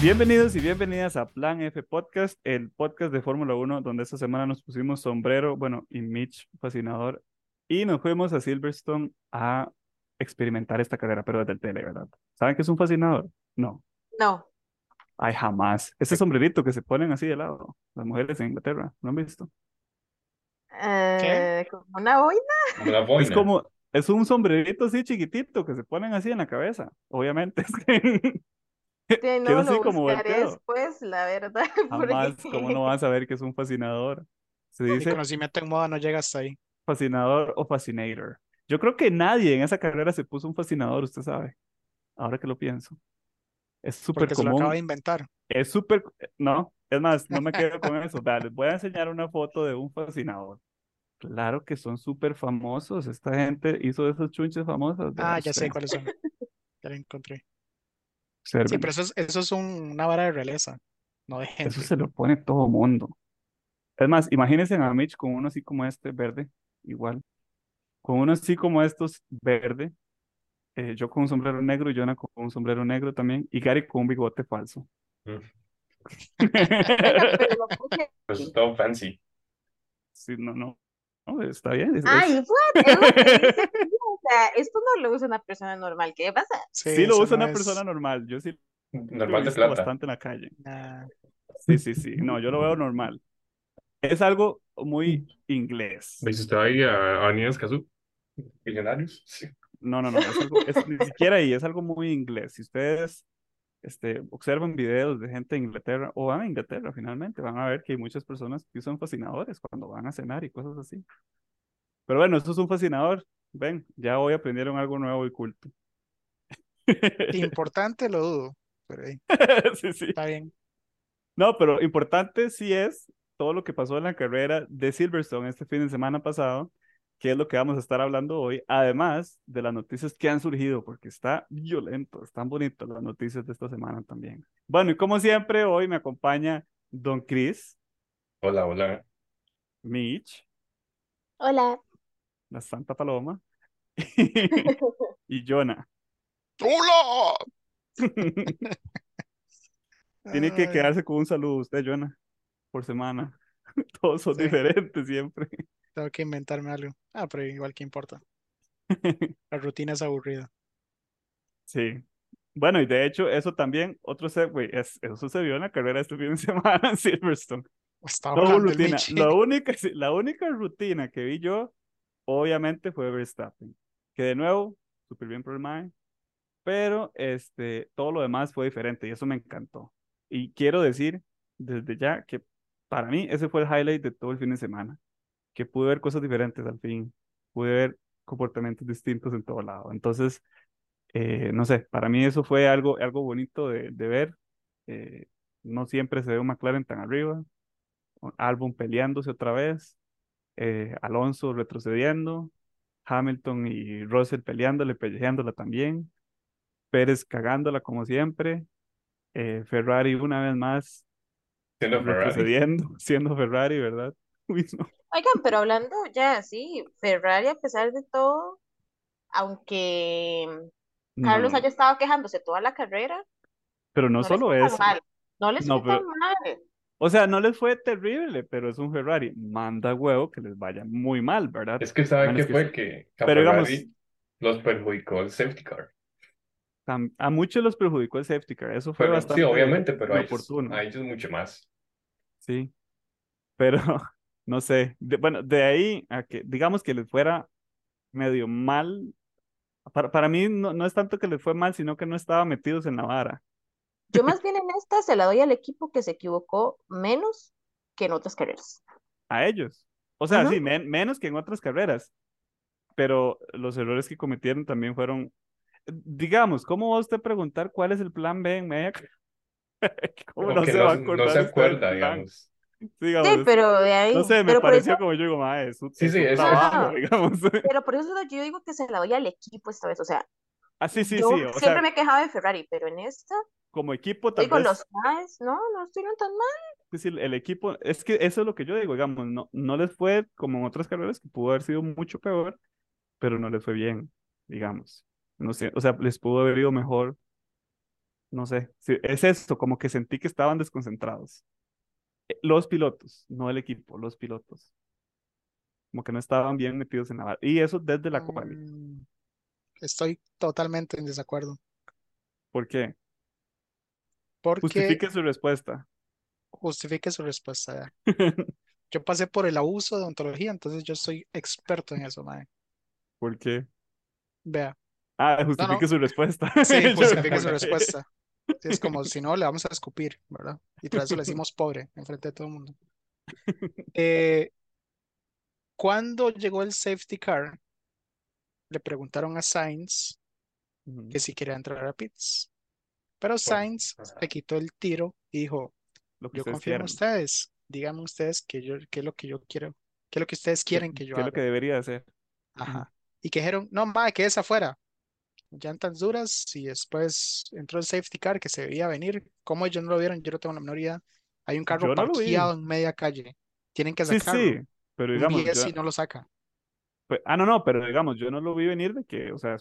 Bienvenidos y bienvenidas a Plan F Podcast, el podcast de Fórmula Uno, donde esta semana nos pusimos sombrero, bueno, y Mitch fascinador, y nos fuimos a Silverstone a experimentar esta carrera, pero desde el tele, ¿verdad? ¿Saben qué es un fascinador? No. No. Ay, jamás. Ese sombrerito que se ponen así de lado, las mujeres en Inglaterra, ¿no han visto? ¿Qué? Como una boina. Como una Es boina. como, es un sombrerito así chiquitito que se ponen así en la cabeza, obviamente, que es No, así lo como buscaré volteado. después, la verdad, porque Jamás, ¿cómo no vas a saber que es un fascinador? Se Mi dice conocimiento en moda no llega hasta ahí, fascinador o fascinator. Yo creo que nadie en esa carrera se puso un fascinador, usted sabe, ahora que lo pienso. Es súper porque se lo acaba de común, inventar. es súper, no, es más, no me quedo con eso. Vea, les voy a enseñar una foto de un fascinador. Claro que son súper famosos, esta gente hizo esas chunches famosas, vea Ah, ya sé usted, cuáles son. Ya lo encontré. Sí, pero observen. eso es una vara de realeza, no de Eso gente. se lo pone todo mundo. Es más, imagínense a Mitch con uno así como este, verde, igual, con uno así como estos, verde, yo con un sombrero negro y Jonah con un sombrero negro también, y Gary con un bigote falso. Mm. oiga, pero lo puse. Eso es todo fancy. Sí, no, no, no, está bien. Ay, what? Es lo que dice aquí. O sea, esto no lo usa una persona normal. ¿Qué pasa? Sí, Sí lo eso usa no una persona es normal, yo sí lo he normal de visto plata. bastante en la calle. nada. Sí, sí, sí, no, yo lo veo normal. Es algo muy inglés. ¿Veis usted ahí a Avenida Escazú? Millonarios. Sí. No, no, no, es algo, es ni siquiera ahí, es algo muy inglés. Si ustedes observan videos de gente en Inglaterra o van a Inglaterra finalmente, van a ver que hay muchas personas que usan fascinadores cuando van a cenar y cosas así. Pero bueno, eso es un fascinador. Ven, ya hoy aprendieron algo nuevo y culto. Importante lo dudo, pero Sí, sí. está bien. No, pero importante sí es todo lo que pasó en la carrera de Silverstone este fin de semana pasado, que es lo que vamos a estar hablando hoy, además de las noticias que han surgido, porque está violento, están bonitas las noticias de esta semana también. Bueno, y como siempre, hoy me acompaña Don Chris, Hola, hola. Mitch, Hola. la Santa Paloma, y Jonah. ¡Hola! Tiene que Ay, quedarse con un saludo usted, Jonah, por semana. Todos son sí, diferentes siempre. tengo que inventarme algo. Ah, pero igual que importa. La rutina es aburrida. Sí. Bueno, y de hecho, eso también, otro segue, eso sucedió en la carrera este fin de semana en Silverstone. Estaba No hubo hablando el rutina. Michi. La única rutina que vi yo, obviamente, fue Verstappen. Que de nuevo, súper bien por el mae, pero todo lo demás fue diferente y eso me encantó. Y quiero decir desde ya que para mí ese fue el highlight de todo el fin de semana, que pude ver cosas diferentes al fin, pude ver comportamientos distintos en todo lado. Entonces, no sé, para mí eso fue algo bonito de ver. Eh, no siempre se ve un McLaren tan arriba, Albon peleándose otra vez, Alonso retrocediendo, Hamilton y Russell peleándole, peleándola también, Pérez cagándola como siempre, Ferrari una vez más Siendo Ferrari. retrocediendo, siendo Ferrari, ¿verdad? Uy, no. Oigan, pero hablando ya, sí, Ferrari, a pesar de todo, aunque No, Carlos no, haya estado quejándose toda la carrera, pero no no les solo fue tan eso, mal. No les no, fue tan pero, mal. o sea, no les fue terrible, pero es un Ferrari, manda huevo que les vaya muy mal, ¿verdad? Es que A sabe menos que que, fue que a pero digamos, Ferrari los perjudicó el safety car. a muchos los perjudicó el safety car, eso fue Pero sí, bastante obviamente, pero inoportuno, a ellos mucho más. sí, pero no sé, bueno, de ahí a que digamos que les fuera medio mal, para mí no es tanto que les fue mal, sino que no estaban metidos en la vara, Yo más bien en esta se la doy al equipo que se equivocó menos que en otras carreras. a ellos. O sea, Ujú. sí, menos que en otras carreras, pero los errores que cometieron también fueron, digamos, ¿cómo va usted a preguntar cuál es el plan B en media? ¿Cómo O no que se no, va a no se acordar usted del acuerda, plan? digamos. Sí, Sí, digamos, pero de no ahí, sé, me pero por eso, pareció como yo digo, ma, Sí, es sí, su trabajo, no, digamos. pero por eso yo digo que se la doy al equipo esta vez. O sea, Ah, sí, sí, yo sí, o siempre sea, me he quejado de Ferrari, pero en esta, como equipo yo tal digo, vez, los más, no, no estuvieron tan mal. es decir, el equipo, es que eso es lo que yo digo, digamos, no les fue como en otras carreras que pudo haber sido mucho peor, pero no les fue bien, digamos. No sé, o sea, les pudo haber ido mejor No sé, sí, es eso, como que sentí que estaban desconcentrados. Los pilotos, no el equipo, los pilotos. Como que no estaban bien metidos en la vara. Y eso desde la quali. Mm, estoy totalmente en desacuerdo. ¿Por qué? Porque Justifique su respuesta. justifique su respuesta. Ya. Yo pasé por el abuso de ontología, entonces yo soy experto en eso, mae. ¿Por qué? Vea. Ah, No, justifique no. su respuesta. Sí, Yo, justifique su ¿por qué? respuesta. Sí, es como si no, le vamos a escupir, ¿verdad? Y tras eso le decimos pobre enfrente de todo el mundo. Eh, cuando llegó el safety car, le preguntaron a Sainz Ujú. que si quería entrar a pits. Pero Bueno, Sainz se ajá. quitó el tiro y dijo, Lo que yo ustedes confío en quieran. ustedes, díganme ustedes qué es lo que yo quiero, qué es lo que ustedes ¿Qué, quieren que yo qué es lo que haga. debería hacer? Ujú. Ajá. Y que dijeron, no, mae, que es afuera, llantas duras y después entró el safety car que se veía venir. ¿Cómo ellos no lo vieron? Yo no tengo la menor idea. Hay un carro Yo no lo vi. parqueado en media calle. Tienen que Sí, sí, sacarlo. pero Un digamos, BS no lo saca. no, no, pero digamos, yo no lo vi venir de que, o sea,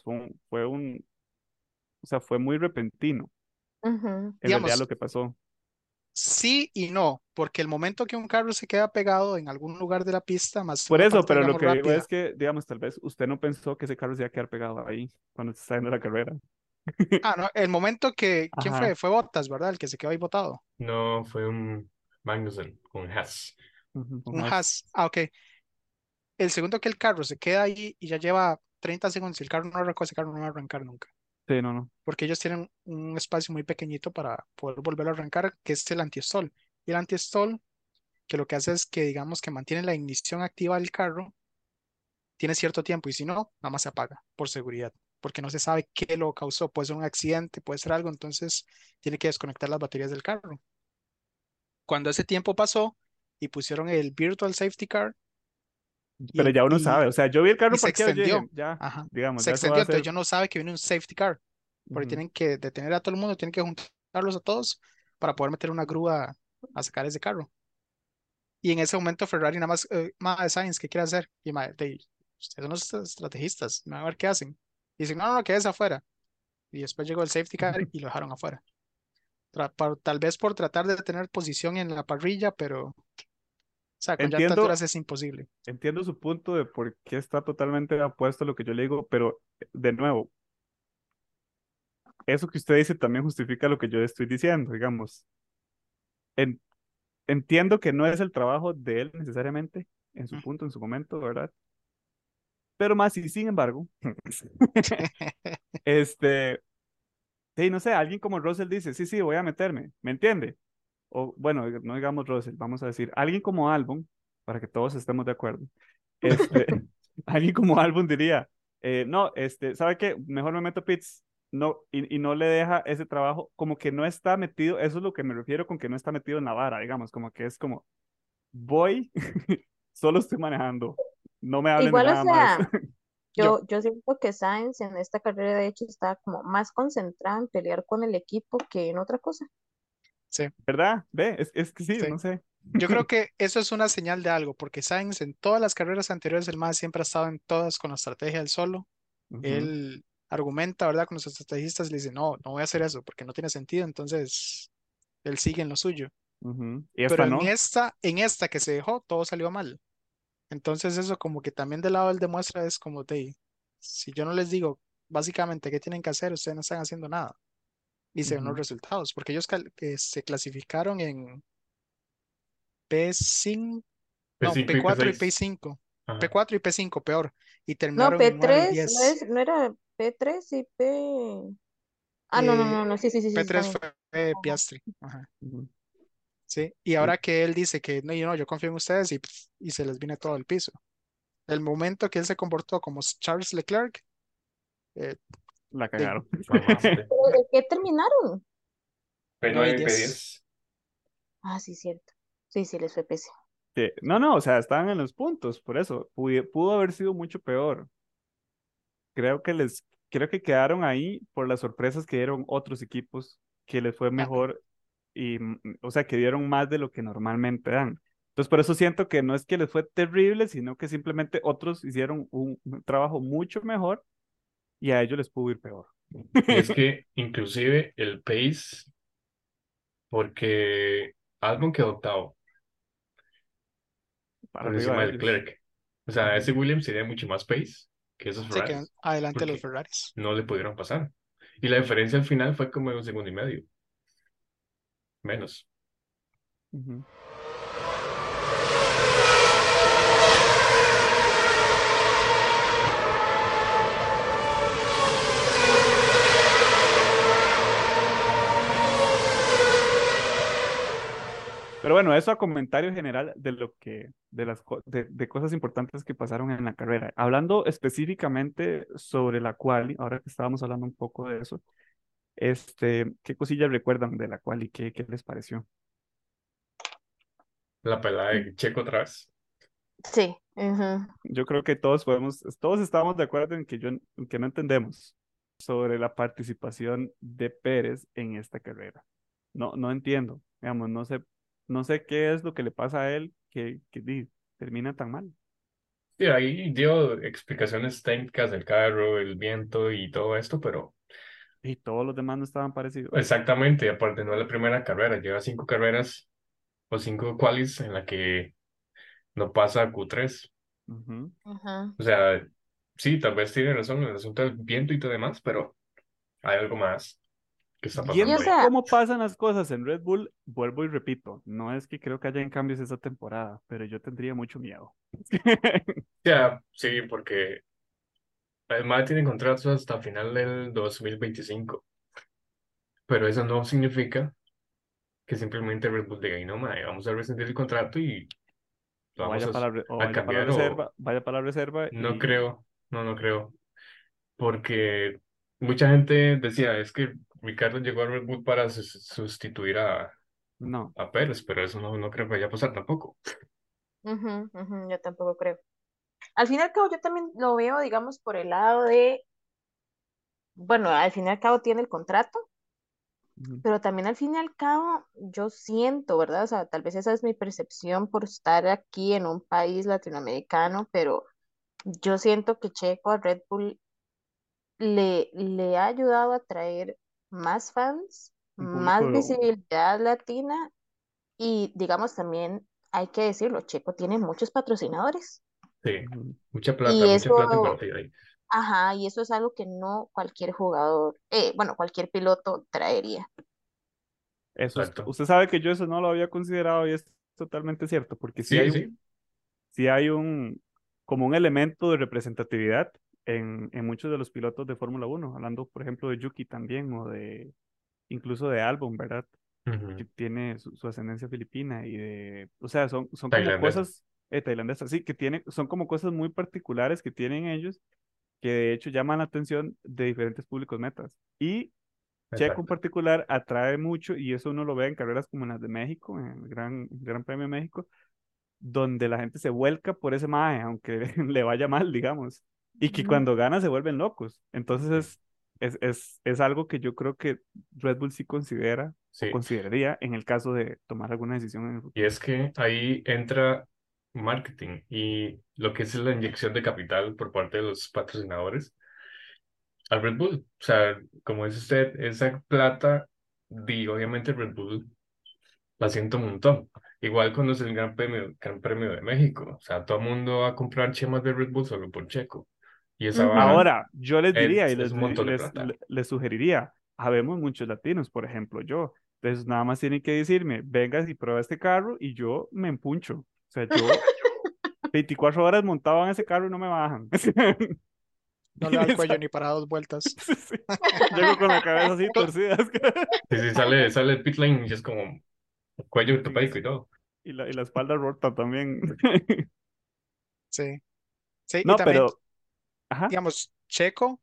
o sea, fue muy repentino, Ujú. en realidad Digamos, lo que pasó. sí y no, porque el momento que un carro se queda pegado en algún lugar de la pista, más en Por una eso, parte, pero lo digamos, que digo es rápida. que, digamos, tal vez usted no pensó que ese carro se iba a quedar pegado ahí cuando se está haciendo la carrera. Ah, no, el momento que, ¿quién Ajá. fue? Fue Bottas, ¿verdad? El que se quedó ahí botado. No, fue un Magnussen con Haas. Ujú, con Un Haas. Haas. Ah, ok. El segundo que el carro se queda ahí y ya lleva 30 segundos y el carro no arrancó, ese carro no va a arrancar nunca. Sí, no, no. Porque ellos tienen un espacio muy pequeñito para poder volver a arrancar, que es el anti-stall. Y el anti-stall, que lo que hace es que, digamos, que mantiene la ignición activa del carro, tiene cierto tiempo y si no, nada más se apaga por seguridad, porque no se sabe qué lo causó. Puede ser un accidente, puede ser algo, entonces tiene que desconectar las baterías del carro. Cuando ese tiempo pasó y pusieron el virtual safety car y, Pero el, ya uno y, sabe, o sea, yo vi el y carro se parqueado y yo dije, extendió, ya, ajá, digamos, se ya eso va extendió, a entonces ser. yo no sabe que viene un safety car, porque Ujú. tienen que detener a todo el mundo, tienen que juntarlos a todos para poder meter una grúa a sacar ese carro. Y en ese momento Ferrari nada más, "Ma, Sainz, ¿qué quiere hacer?" Y ustedes son los estrategistas, a ver qué hacen. Y dicen, no, no, no, quédese afuera. Y después llegó el safety car y lo dejaron afuera. Tal vez por tratar de tener posición en la parrilla, pero, o sea, con llantas Entiendo, duras es imposible. entiendo su punto de por qué está totalmente opuesto a lo que yo le digo, pero de nuevo, eso que usted dice también justifica lo que yo estoy diciendo, digamos. En- entiendo que no es el trabajo de él necesariamente, en su Mm. punto, en su momento, ¿verdad? Pero más y sin embargo, este, sí, no sé, alguien como Russell dice, sí, sí, voy a meterme, ¿me entiende? O bueno, no digamos Russell, vamos a decir, alguien como Albon, para que todos estemos de acuerdo, este, alguien como Albon diría, no, ¿sabe qué? Mejor me meto pits, no, y no le deja ese trabajo, como que no está metido, eso es lo que me refiero con que no está metido en la vara, digamos, como que es como, voy, solo estoy manejando, no me hablen de Igual, o nada más, sea, Yo, yo siento que Sainz en esta carrera de hecho estaba como más concentrado en pelear con el equipo que en otra cosa. sí, ¿verdad? Ve, es que sí, sí. no sé. Yo creo que eso es una señal de algo, porque Sainz en todas las carreras anteriores, el MAS siempre ha estado en todas con la estrategia del solo. Ujú, Él argumenta, ¿verdad? Con los estrategistas, le dice, no, no voy a hacer eso porque no tiene sentido, entonces él sigue en lo suyo. ujú. Y Pero esta no. en esta que se dejó, todo salió mal. Entonces eso como que también del lado él demuestra es como de, si yo no les digo básicamente qué tienen que hacer, ustedes no están haciendo nada. Y se ven los Ujú. resultados, porque ellos que se clasificaron en P5, no, P5 y P4 y P6. P5, Ajá. P4 y P5 peor, y No, terminaron p en 9 y tres no 10. es, no era P3 y P. Ah, no, no, Eh, no, no, sí, sí, sí, sí, sí, P3 también. fue Ajá. Piastri. Ajá. Ujú. Sí, y Sí, ahora que él dice que no, yo confío en ustedes y, pf, y se les viene todo el piso. El momento que él se comportó como Charles Leclerc, eh, la de cagaron. Mamaste. ¿Pero de qué terminaron? nueve y P9 y 10. P10. Ah, sí, cierto. Sí, sí, les fue pésimo. No, no, o sea, estaban en los puntos, por eso. Pudo haber sido mucho peor. Creo que quedaron ahí por las sorpresas que dieron otros equipos que les fue Ah, mejor y, o sea, que dieron más de lo que normalmente dan. Entonces, por eso siento que no es que les fue terrible, sino que simplemente otros hicieron un trabajo mucho mejor y a ellos les pudo ir peor. Y es que inclusive el pace, porque Albon quedó octavo Para por arriba encima de del ellos. Clerc. O sea, ese Ujú, Williams tenía mucho más pace que esos Sí, que Ferraris, adelante los porque Ferraris. no le pudieron pasar. Y la diferencia al final fue como de un segundo y medio, menos. ujú. Pero bueno, eso a comentario general de lo que, de cosas importantes que pasaron en la carrera. Hablando específicamente sobre la quali, ahora que estábamos hablando un poco de eso, ¿qué cosillas recuerdan de la quali? ¿Qué les pareció? La pelada de Checo otra vez. Sí. Ujú. Yo creo que todos estamos de acuerdo en que no entendemos sobre la participación de Pérez en esta carrera. No entiendo, digamos, no sé qué es lo que le pasa a él que termina tan mal. Sí, ahí dio explicaciones técnicas del carro, el viento y todo esto, pero Y todos los demás no estaban parecidos. exactamente, aparte no es la primera carrera, lleva 5 carreras o 5 qualis en la que no pasa a Q3. Ujú. Ujú. O sea, sí, tal vez tiene razón en el asunto del viento y todo demás, pero hay algo más que está Y o pasando Viendo ahí. sea, cómo pasan las cosas en Red Bull, vuelvo y repito, no es que creo que hayan cambios esta temporada, pero yo tendría mucho miedo. Ya, sí, porque además tiene contratos hasta final del 2025, pero eso no significa que simplemente Red Bull diga, y no, mae, vamos a rescindir el contrato y lo O vamos vaya para a vaya para la cambiar o reserva, vaya para la reserva no y creo, no creo, porque mucha gente decía, es que Ricardo llegó a Red Bull para sustituir no. a Pérez, pero eso no creo que vaya a pasar tampoco. ujú, ujú, yo tampoco creo. Al fin y al cabo, yo también lo veo, digamos, por el lado de, bueno, al fin y al cabo tiene el contrato, Ujú. pero también al fin y al cabo yo siento, ¿verdad? O sea, tal vez esa es mi percepción por estar aquí en un país latinoamericano, pero yo siento que Checo a Red Bull le ha ayudado a traer más fans, Un más público. visibilidad latina y, digamos, también hay que decirlo, Checo tiene muchos patrocinadores. Sí, Ujú. Y mucha plata eso, invertida ahí. ajá, y eso es algo que no cualquier jugador, bueno, cualquier piloto traería. Exacto. Usted sabe que yo eso no lo había considerado y es totalmente cierto, porque Sí, sí. sí hay como un elemento de representatividad en muchos de los pilotos de Fórmula Uno, hablando, por ejemplo, de Yuki también, incluso de Albon, ¿verdad? Que Ujú. tiene su ascendencia filipina o sea, son como Tailandesa. cosas tailandesas, sí, son como cosas muy particulares que tienen ellos, que de hecho llaman la atención de diferentes públicos metas. Y Checo en Exacto. particular atrae mucho, y eso uno lo ve en carreras como en las de México, en el Gran Premio de México, donde la gente se vuelca por ese mae, aunque le vaya mal, digamos, y que Ujú. cuando gana se vuelven locos. Entonces Sí. es algo que yo creo que Red Bull sí considera o Sí. consideraría en el caso de tomar alguna decisión en el Y futuro. es que ahí entra marketing y lo que es la inyección de capital por parte de los patrocinadores al Red Bull. O sea, como dice usted, esa plata, obviamente Red Bull la siento un montón. Igual cuando es el Gran Premio de México. O sea, todo el mundo va a comprar chemas de Red Bull solo por Checo. Y esa Ujú. vara Ahora, yo les diría y es un montón de plata. les sugeriría, habemos muchos latinos, por ejemplo, yo. Entonces, nada más tienen que decirme, vengas y prueba este carro y yo me empuncho. O sea, yo 24 horas montado en ese carro y no me bajan. No le da el cuello ni para 2 vueltas. Sí, sí. Llego con la cabeza así torcida. Sí, sí, sale el pit lane y es como cuello Sí, ortopédico y todo. y la espalda rota también. Sí, sí, y No, también, pero, ajá. digamos, Checo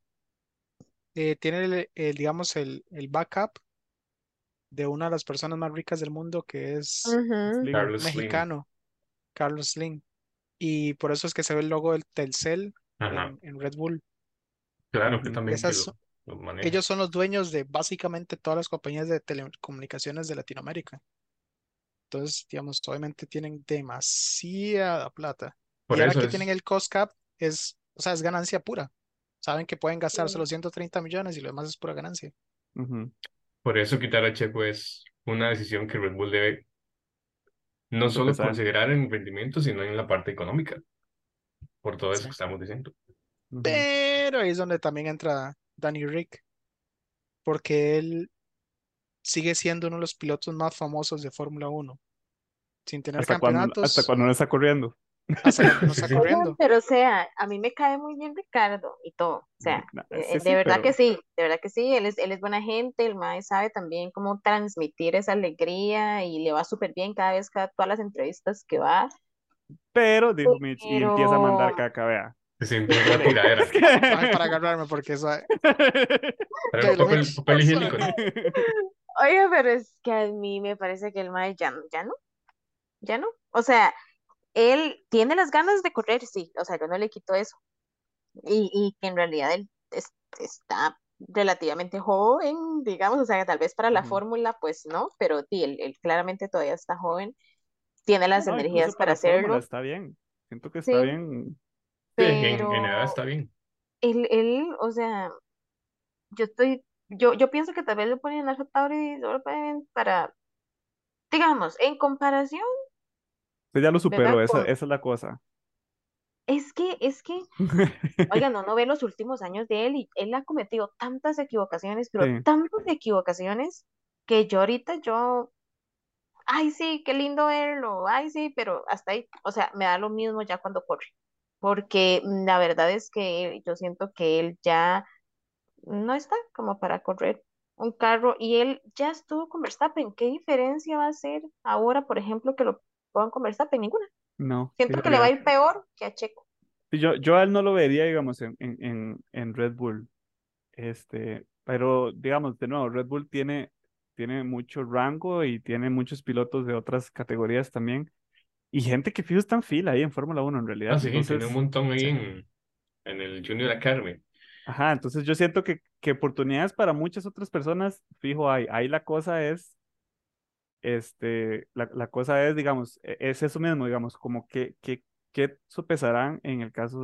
tiene digamos, el backup de una de las personas más ricas del mundo, que es Ujú. Slim. Carlos Slim. mexicano, Carlos Slim. Y por eso es que se ve el logo del Telcel Ajá. en Red Bull. Claro que Ujú. también que Esas, lo maneja. ellos son los dueños de básicamente todas las compañías de telecomunicaciones de Latinoamérica. Entonces, digamos, obviamente tienen demasiada plata. Y Por ahora eso que tienen es, el cost cap, o sea, es ganancia pura. Saben que pueden gastarse Sí. los 130 millones y lo demás es pura ganancia. Ujú. Por eso quitar a Checo es una decisión que Red Bull debe no solo Sopesar. considerar en rendimiento, sino en la parte económica, por todo eso Sí. que estamos diciendo. Ujú. Pero ahí es donde también entra Danny Rick, porque él sigue siendo uno de los pilotos más famosos de Fórmula Uno, sin tener Hasta campeonatos cuando no está corriendo. hasta cuando no Sí, está sí. Oigan, corriendo. pero o sea, a mí me cae muy bien Ricardo y todo. O sea, Sí, de sí, verdad que pero sí, de verdad que sí, él es buena gente, el mae sabe también cómo transmitir esa alegría y le va súper bien cada vez, todas las entrevistas que va. dijo Mitch, y empieza a mandar Pero, caca, vea. Se empieza la Dele. Es tiradera. Ay, que- para agarrarme, porque eso, Pero Taylor papel, Mitch, papel higiénico, ¿no? oye, pero es que a mí me parece que el mae ya no, ya no. O sea, él tiene las ganas de correr, sí, o sea, yo no le quito eso. Y que en realidad él está relativamente joven, digamos, o sea, tal vez para la Ujú. fórmula, pues no, pero sí, él claramente todavía está joven, tiene las No, incluso energías para para fórmula hacerlo, está bien. Siento que está sí, bien. Sí, pero en edad está bien. o sea, yo pienso que tal vez lo ponen en Alfa Tauri solo para, digamos, en comparación, Usted ya lo ¿verdad? superó, esa es la cosa. Es que oigan, no ve los últimos años de él y él ha cometido tantas equivocaciones, pero Sí, tantas equivocaciones que yo ahorita ay sí, qué lindo verlo, ay sí, pero hasta ahí, o sea, me da lo mismo ya cuando corre, porque la verdad es que yo siento que él ya no está como para correr un carro y él ya estuvo con Verstappen. ¿Qué diferencia va a hacer ahora, por ejemplo, que lo pongan con Verstappen? Ninguna. no, qué Siento que le va a realidad. ir peor que a Checo. Sí, yo a él no lo vería, digamos, en Red Bull. Pero digamos, de nuevo, Red Bull tiene mucho rango y tiene muchos pilotos de otras categorías también. Y gente que fijo está en fila ahí en Fórmula Uno en Ah, realidad. sí, tiene un Entonces, montón ahí sí. en el Junior Academy. ajá, entonces yo siento que oportunidades para muchas otras personas, fijo, hay. Ahí la cosa es, la cosa es, digamos, es eso mismo, digamos, como que sopesarán en el caso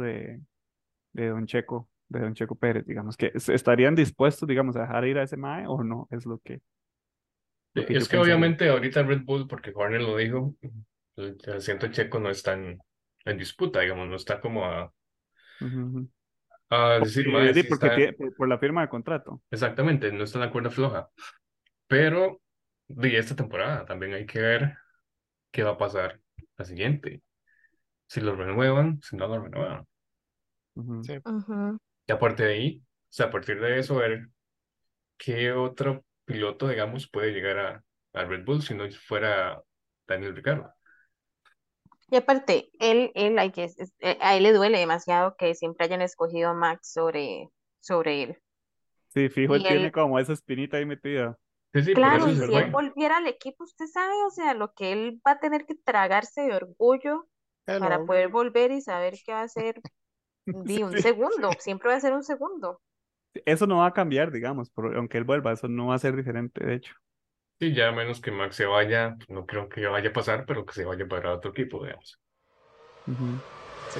de Don Checo Pérez, digamos, que estarían dispuestos, digamos, a dejar ir a ese mae o no, es lo que yo Es que pensaría. obviamente ahorita Red Bull, porque Horner lo dijo, el asiento checo no está en disputa, digamos, no está como Ujú, ujú. a decir, madre, sí Porque está, por la firma de contrato. exactamente, no está en la cuerda floja. Pero de esta temporada también hay que ver qué va a pasar la siguiente. Si lo renuevan, si no lo renuevan. Ujú. Sí. Ujú. Y aparte de ahí, o sea, a partir de eso, ver qué otro piloto, digamos, puede llegar a Red Bull si no fuera Daniel Ricciardo. Y aparte, a él le duele demasiado que siempre hayan escogido a Max sobre él. Sí, fijo, Y él tiene él, como esa espinita ahí metida. Sí, sí, por claro, eso y se si él fue. volviera al equipo, usted sabe, o sea, lo que él va a tener que tragarse de orgullo para Hello. poder volver y saber que va a ser Sí, un sí. segundo, siempre va a ser un segundo. Eso no va a cambiar, digamos, aunque él vuelva, eso no va a ser diferente, de hecho. Sí, ya a menos que Max se vaya, pues, no creo que vaya a pasar, pero que se vaya para otro equipo, digamos. Ujú. Sí.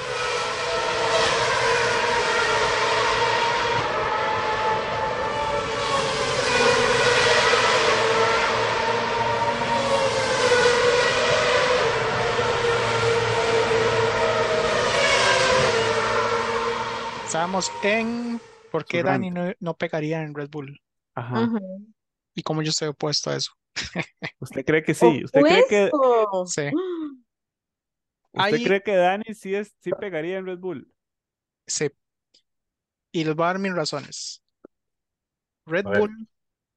Estábamos en por Su qué Dani rant. no pegaría en Red Bull Ajá. Ujú. y cómo yo estoy opuesto a eso. ¿Usted cree que sí? Opuesto. Sí. ¿Usted Ahí, cree que Dani sí pegaría en Red Bull? sí. Y les voy a dar mis razones. Red A Bull, ver,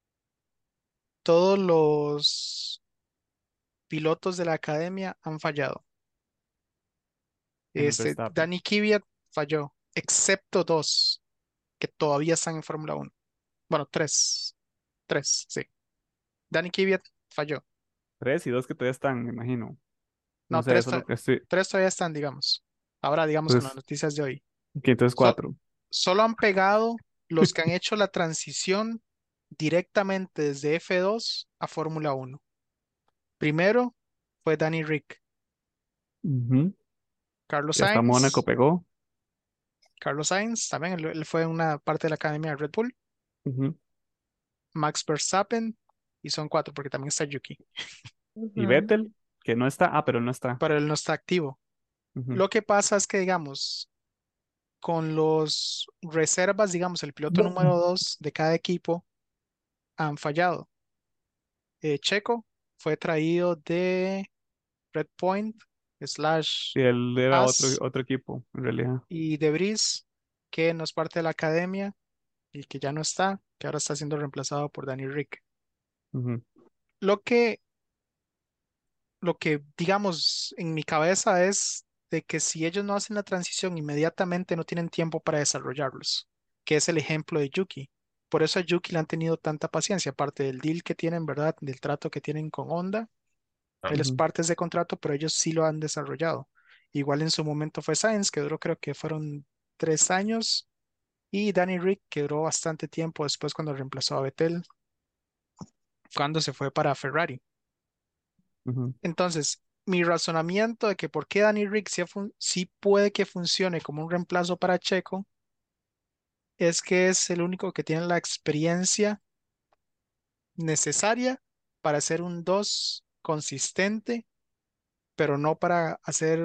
todos los pilotos de la academia han fallado. Menos Verstappen. Danny Kvyat falló, excepto dos que todavía están en Fórmula Uno. Bueno, tres. Tres, sí. Danny Kvyat falló. 3 y 2 que todavía están, me imagino. No No, sé, eso es lo que estoy. tres todavía están, digamos. Ahora, digamos, con las Entonces, noticias de hoy. entonces So- 4. Solo han pegado los que han hecho la transición directamente desde F2 a Fórmula Uno. Primero fue Danny Rick. Ujú. Carlos Y hasta Mónaco Sainz, pegó. Carlos Sainz, también él fue una parte de la academia de Red Bull. Ujú. Max Verstappen, y son cuatro porque también está Yuki, Y Ujú. Vettel, que no está. Ah, pero no está. pero él no está activo. Ujú. Lo que pasa es que, digamos, con los reservas, digamos, el piloto número 2 de cada equipo han fallado. Checo fue traído de Red Point slash Sí, él era Haas, otro equipo, en realidad. y De Vries, que no es parte de la academia y que ya no está, que ahora está siendo reemplazado por Danny Rick. Ujú. Lo que, lo que, digamos, en mi cabeza es de que si ellos no hacen la transición inmediatamente, no tienen tiempo para desarrollarlos, que es el ejemplo de Yuki. Por eso a Yuki le han tenido tanta paciencia, aparte del deal que tienen, ¿verdad? Del trato que tienen con Honda. Ah, Él es Ujú. parte de ese contrato, pero ellos sí lo han desarrollado. Igual en su momento fue Sainz, que duró creo que fueron 3 años, y Danny Rick, que duró bastante tiempo después cuando reemplazó a Vettel, cuando se fue para Ferrari. Ujú. Entonces, mi razonamiento de que por qué Danny Rick sí puede que funcione como un reemplazo para Checo es que es el único que tiene la experiencia necesaria para hacer un 2 consistente, pero no para hacer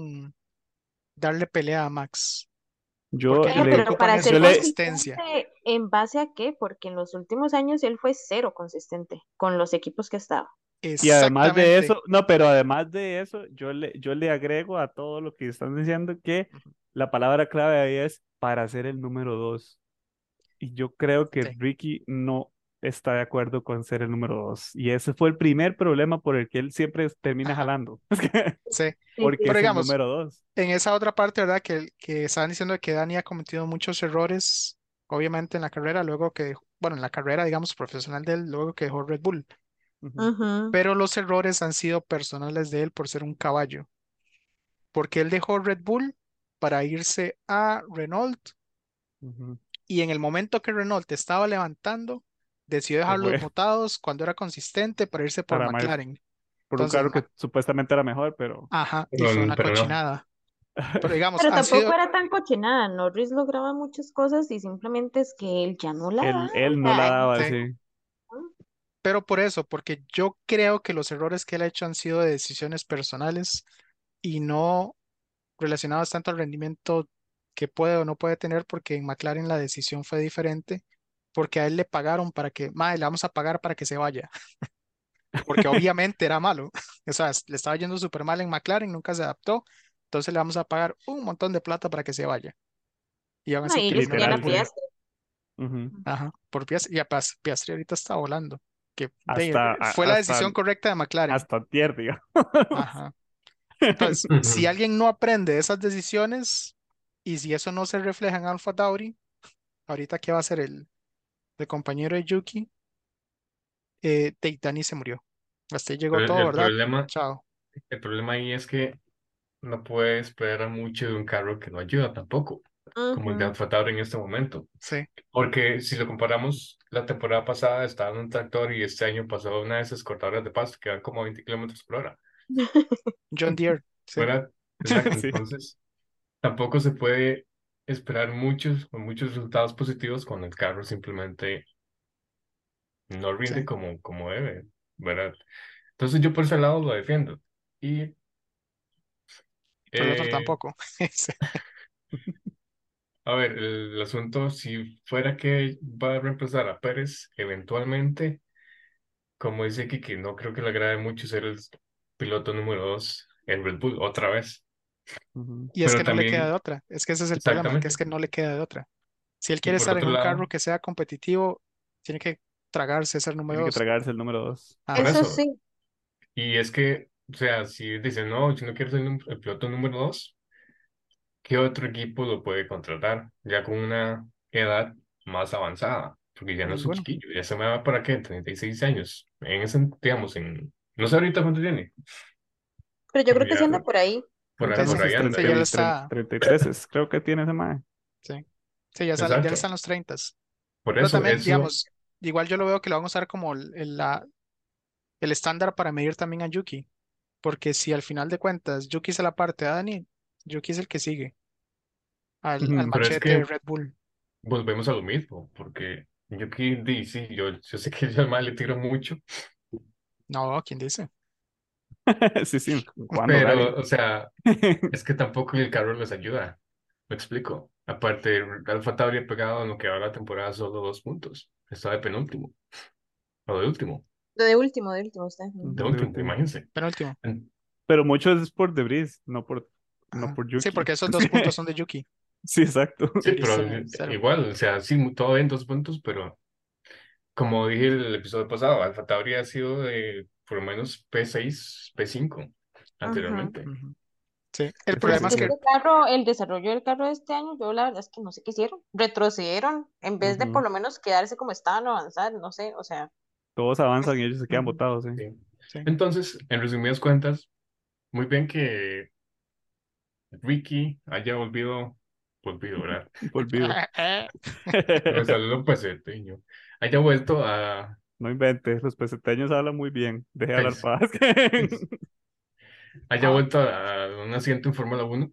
darle pelea a Max, Yo porque ellos lo que le, Pero ocupan para es yo ser le, consistencia. consistente, ¿en base a qué? Porque en los últimos años él fue cero consistente con los equipos que estaba. y además de Exactamente. eso, no, pero además de eso, yo le agrego a todo lo que están diciendo que Ujú. la palabra clave ahí es para ser el número dos. Y yo creo que Sí, Ricky no está de acuerdo con ser el número dos. Y ese fue el primer problema por el que él siempre termina ajá, jalando, sí. Sí, porque Pero es el digamos, número dos. en esa otra parte, ¿verdad? Que estaban diciendo que Dani ha cometido muchos errores, obviamente en la carrera, luego que, bueno, en la carrera, digamos, profesional de él, luego que dejó Red Bull. Ujú, ujú. Pero los errores han sido personales de él por ser un caballo, porque él dejó Red Bull para irse a Renault, ujú. y en el momento que Renault estaba levantando, decidió Se dejarlos fue botados cuando era consistente para irse por para más, McLaren. por un Entonces, carro que supuestamente era mejor, pero ajá, y fue una pero no. cochinada. Pero digamos, Pero han tampoco sido, era tan cochinada. Norris lograba muchas cosas y simplemente es que él ya no la da. O él no la sea, daba sí, así. pero por eso, porque yo creo que los errores que él ha hecho han sido de decisiones personales y no relacionados tanto al rendimiento que puede o no puede tener, porque en McLaren la decisión fue diferente, porque a él le pagaron para que, madre, le vamos a pagar para que se vaya, porque obviamente era malo, o sea, le estaba yendo súper mal en McLaren, nunca se adaptó, entonces le vamos a pagar un montón de plata para que se vaya, y aún no, así y ellos querían a Literal, Red Bull, sí. Piastri. Ujú. ajá, por Piastri, y a Piastri ahorita está volando, que Hasta, fue la decisión correcta de McLaren, hasta antier, digamos. ajá. Entonces, si Ujú. alguien no aprende de esas decisiones y si eso no se refleja en Alpha Tauri, ahorita que va a ser el compañero de Yuki, Dani se murió. Hasta ahí llegó Pero todo, ¿verdad? Chao. el problema ahí es que no puedes esperar mucho de un carro que no ayuda tampoco, como el de Ujú. Alfa Tauri en este momento. Sí, Porque si lo comparamos, la temporada pasada estaba en un tractor y este año pasó una de esas cortadoras de pasto que van como 20 kilómetros por hora. John Deere, sí, ¿Verdad? Exacto. Sí, Entonces, tampoco se puede esperar muchos resultados positivos cuando el carro simplemente no sí. rinde como debe, ¿verdad? Entonces, yo por ese lado lo defiendo. Y Pero el otro eh, tampoco. Sí, a ver, el asunto, si fuera que va a reemplazar a Pérez eventualmente, como dice que no creo que le agrade mucho ser el piloto número dos en Red Bull otra vez. ujú. Y es Pero que no le queda de también, otra. Es que ese es el problema, que es exactamente. que no le queda de otra. Si él Y quiere por estar en otro un lado, carro que sea competitivo, tiene que tragarse ser número Tiene que 2. tragarse el número dos. por Ajá, Eso eso. sí. Y es que, o sea, si dicen, no, si no quiero ser el piloto número dos, ¿qué otro equipo lo puede contratar? Ya con una edad más avanzada, porque ya no es un ninguno. chiquillo, ya se me va para qué, 36 años. En ese, digamos, no sé ahorita cuánto tiene, Pero yo pero creo que sí anda ya por ahí. Sí, sí, por ahí anda. sí, ya le Y, está. 33, creo que tiene ese mae. Sí, sí, ya le exacto, están los 30. por Pero eso, también, eso, digamos, igual yo lo veo que lo van a usar como el estándar para medir también a Yuki. Porque si al final de cuentas Yuki se la parte a Dani, Yuki es el que sigue. al Pero es machete de que Red Bull. volvemos a lo mismo, porque Yuki, sí, yo sé que yo al mal le tiro mucho, No, ¿quién dice? Sí, sí, ¿cuándo, Gary? pero, o sea, es que tampoco el carro les ayuda. Me explico. Aparte, Alfa Tauri ha pegado en lo que va la temporada solo 2 puntos. Está de penúltimo, o de último, De último usted. de Ujú. De último, último. imagínense. Penúltimo. Pero mucho es por Debris, no Ajá. por Sí, Yuki. porque esos 2 puntos son de Yuki. Sí, exacto. Sí, Debris pero tiene 0. igual, o sea, sí, todo en 2 puntos, pero como dije el episodio pasado, Alfa Tauri ha sido de por lo menos P6, P5 Ujú. anteriormente. Ujú. Sí, el Eso Pues sí problema es es este que cierto. carro, el desarrollo del carro de este año, yo la verdad es que no sé qué hicieron. Retrocedieron en vez de por Ujú. lo menos quedarse como estaban o avanzar, no sé, o sea. Todos avanzan y ellos se quedan ujú, botados, ¿sí? Sí. sí. Entonces, en resumidas cuentas, muy bien que Ricky haya volvido, ¿verdad? Volvido. Me salió un peseteño. Haya vuelto a... No inventes, los peseteños hablan muy bien. Deje de hablar cállese, paz. cállese. Haya Ah, vuelto a un asiento en Fórmula 1,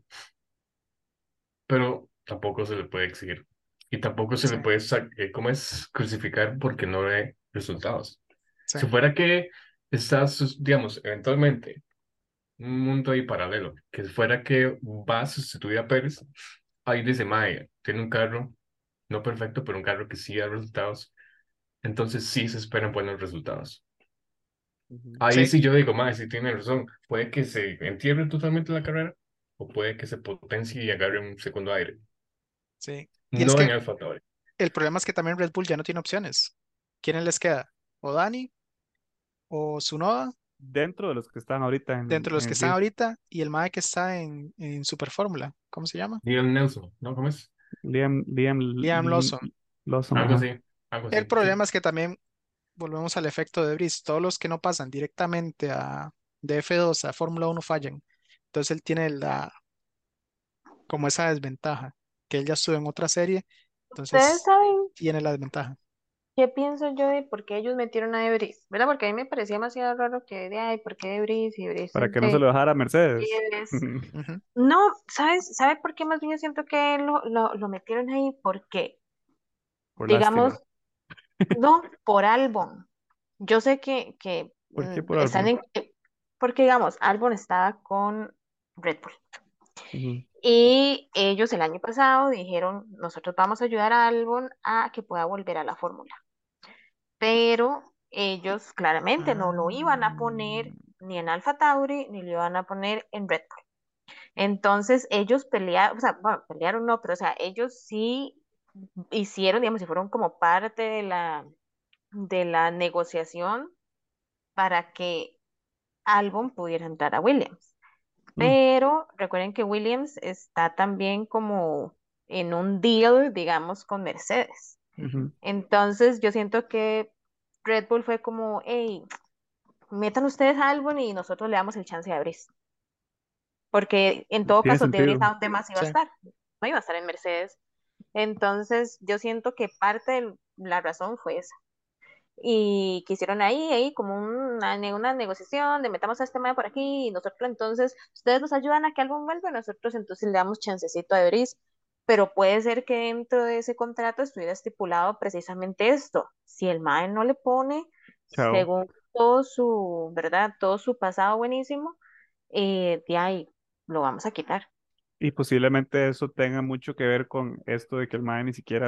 pero tampoco se le puede exigir. Y tampoco se sí, le puede, ¿cómo es? Crucificar porque no ve resultados. sí, Si fuera que estás, digamos, eventualmente, un mundo ahí paralelo, que fuera que va a sustituir a Pérez, ahí dice, Maya, tiene un carro, no perfecto, pero un carro que sí da resultados, entonces sí se esperan buenos resultados. Ujú. Ahí sí, sí yo digo, Maya, sí tiene razón, puede que se entierre totalmente la carrera, o puede que se potencie y agarre un segundo aire. sí. Y es No que en Alfa Tauri. el problema es que también Red Bull ya no tiene opciones. ¿Quiénes les queda? ¿O Dani? ¿O Tsunoda? Dentro de los que están ahorita Dentro de los en que el están grid, ahorita y el MAE que está en Super Fórmula. ¿Cómo se llama? Liam Nelson, ¿no? ¿Cómo es? Liam Lawson. Lawson, Algo ajá. así, algo El así, sí. problema es que también volvemos al efecto de Brice. Todos los que no pasan directamente de F2 a Fórmula 1 fallan. Entonces él tiene como esa desventaja, que él ya estuvo en otra serie, Ustedes entonces saben tiene la desventaja. qué pienso yo de por qué ellos metieron a Debris, ¿verdad? Porque a mí me parecía demasiado raro que de, ay, ¿por qué Debris? Y Debris Para es que no se lo de dejara a Mercedes. Mercedes. Ujú. No, ¿sabe por qué más bien yo siento que lo metieron ahí? Porque, Por digamos, lástima. no, por Albon. Yo sé que ¿Por qué por están álbum? en, porque digamos, Albon estaba con Red Bull. Ujú. Y ellos el año pasado dijeron, nosotros vamos a ayudar a Albon a que pueda volver a la fórmula. Pero ellos claramente no lo iban a poner Ah, ni en Alfa Tauri ni lo iban a poner en Red Bull. Entonces ellos pelearon, o sea, bueno, pelearon no, pero o sea, ellos sí hicieron, digamos, y fueron como parte de la negociación para que Albon pudiera entrar a Williams. Mm, Pero recuerden que Williams está también como en un deal, digamos, con Mercedes. ujú. ujú. Entonces yo siento que Red Bull fue como, hey, metan ustedes a Albon y nosotros le damos el chance a Brice. Porque en todo Tiene caso, De Vries sentido. a dónde más iba a Sí, estar, no iba a estar en Mercedes. Entonces yo siento que parte de la razón fue esa. Y quisieron ahí como una negociación de metamos a este tema por aquí y nosotros entonces, ustedes nos ayudan a que algo vuelva, nosotros entonces le damos chancecito a Brice, pero puede ser que dentro de ese contrato estuviera estipulado precisamente esto, si el MAE no le pone, Chao. según todo su, ¿verdad? Todo su pasado buenísimo, de ahí lo vamos a quitar. Y posiblemente eso tenga mucho que ver con esto de que el MAE ni siquiera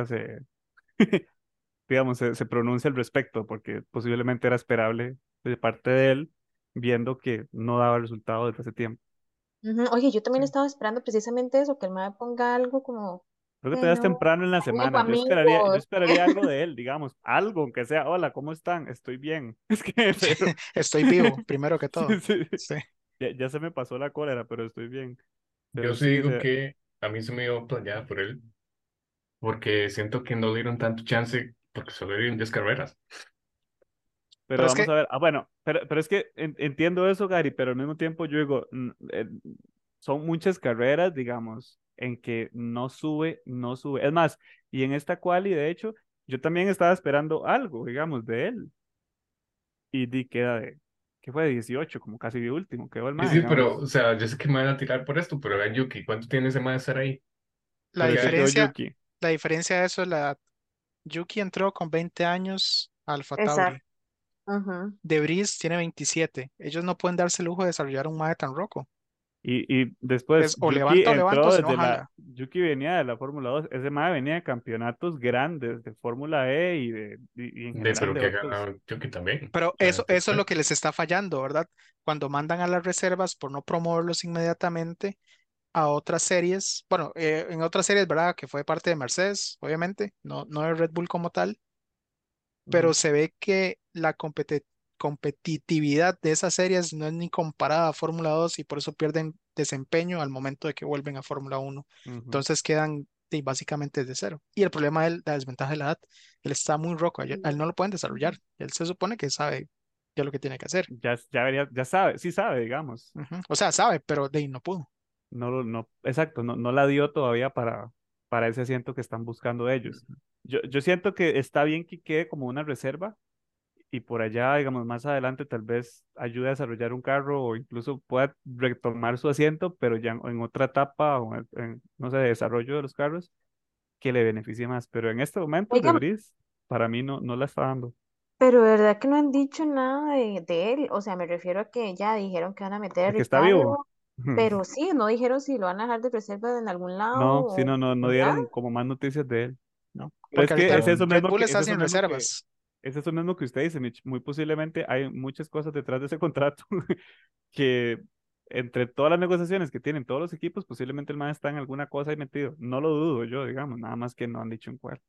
digamos, se pronuncia al respecto, porque posiblemente era esperable de parte de él, viendo que no daba resultado desde hace tiempo. Ujú. Oye, yo también sí. estaba esperando precisamente eso, que el MAE ponga algo como, Creo que todavía es no, temprano en la amigo, semana. Yo amigos. esperaría algo de él, digamos, algo, aunque sea, hola, ¿cómo están? Estoy bien. Es que, pero, Estoy vivo, primero que sí, todo. sí. Sí, Ya se me pasó la cólera, pero estoy bien. Yo Pero sí sí, digo que a mí se me dio playada por él, porque siento que no le dieron tanto chance, porque solo le dieron 10 carreras. pero pero es vamos que a ver. Ah, bueno, pero es que entiendo eso, Gary, pero al mismo tiempo yo digo, son muchas carreras, digamos, en que no sube, no sube. Es más, y en esta quali, de hecho, yo también estaba esperando algo, digamos, de él. Y queda que fue de 18 como casi de último, quedó el Sí, más, sí, pero, digamos. o sea, yo sé que me van a tirar por esto, pero vean Yuki, ¿cuánto tiene ese mae de estar ahí? La pero se quedó diferencia, Yuki. la diferencia de eso es la edad. Yuki entró con 20 años a Alpha Exacto. Tauri. Ujú. Debris tiene 27. Ellos no pueden darse el lujo de desarrollar un mae tan roco. Y después, Es o levanta o levanta o si no jala. Yuki venía de la Fórmula 2, ese mae venía de campeonatos grandes, de Fórmula E y en general Pero de que ha otros. ganado Yuki también. Pero O sea, eso es lo perfecto. que les está fallando, ¿verdad? Cuando mandan a las reservas por no promoverlos inmediatamente a otras series, bueno, en otras series, ¿verdad? Que fue parte de Mercedes, obviamente, no de Red Bull como tal, pero Ujú, se ve que la competitividad de esas series no es ni comparada a Fórmula 2 y por eso pierden desempeño al momento de que vuelven a Fórmula 1. ujú. Entonces quedan básicamente desde cero. Y el problema de él, la desventaja de la edad, él está muy roco, a él no lo pueden desarrollar. Él se supone que sabe ya lo que tiene que hacer. Ya sabe, sí sabe, digamos. Ujú. O sea, sabe, pero de ahí no pudo. Exacto, no la dio todavía para ese asiento que están buscando ellos. Yo siento que está bien que quede como una reserva y por allá, digamos, más adelante tal vez ayude a desarrollar un carro o incluso pueda retomar su asiento, pero ya en otra etapa o no sé, de desarrollo de los carros que le beneficie más. Pero en este momento, De Oigan, Vries, para mí no la está dando. pero de verdad que no han dicho nada de él. O sea, me refiero a que ya dijeron que van a meter a ¿De que está vivo? Ricardo, pero sí, no dijeron si lo van a dejar de reserva en algún lado No, sí, o no nada. dieron como más noticias de él. ¿No? Pero es Porque que ahorita es No, eso Red mismo Bull está es sin eso mismo que, reservas. es eso mismo que usted dice, Mitch. Muy posiblemente hay muchas cosas detrás de ese contrato que entre todas las negociaciones que tienen todos los equipos, posiblemente el man está en alguna cosa ahí metido. No lo dudo yo, digamos, nada más que no han dicho en cuál.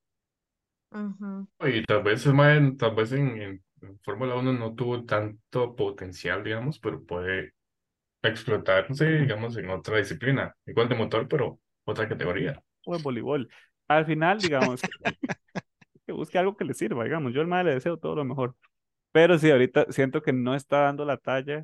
Ujú. y tal vez, el mae, tal vez en Fórmula 1 no tuvo tanto potencial, digamos, pero puede explotarse, digamos, en otra disciplina. Igual de motor, pero otra categoría. O en voleibol. Al final, digamos, que busque algo que le sirva, digamos. Yo al man le deseo todo lo mejor. Pero sí, ahorita siento que no está dando la talla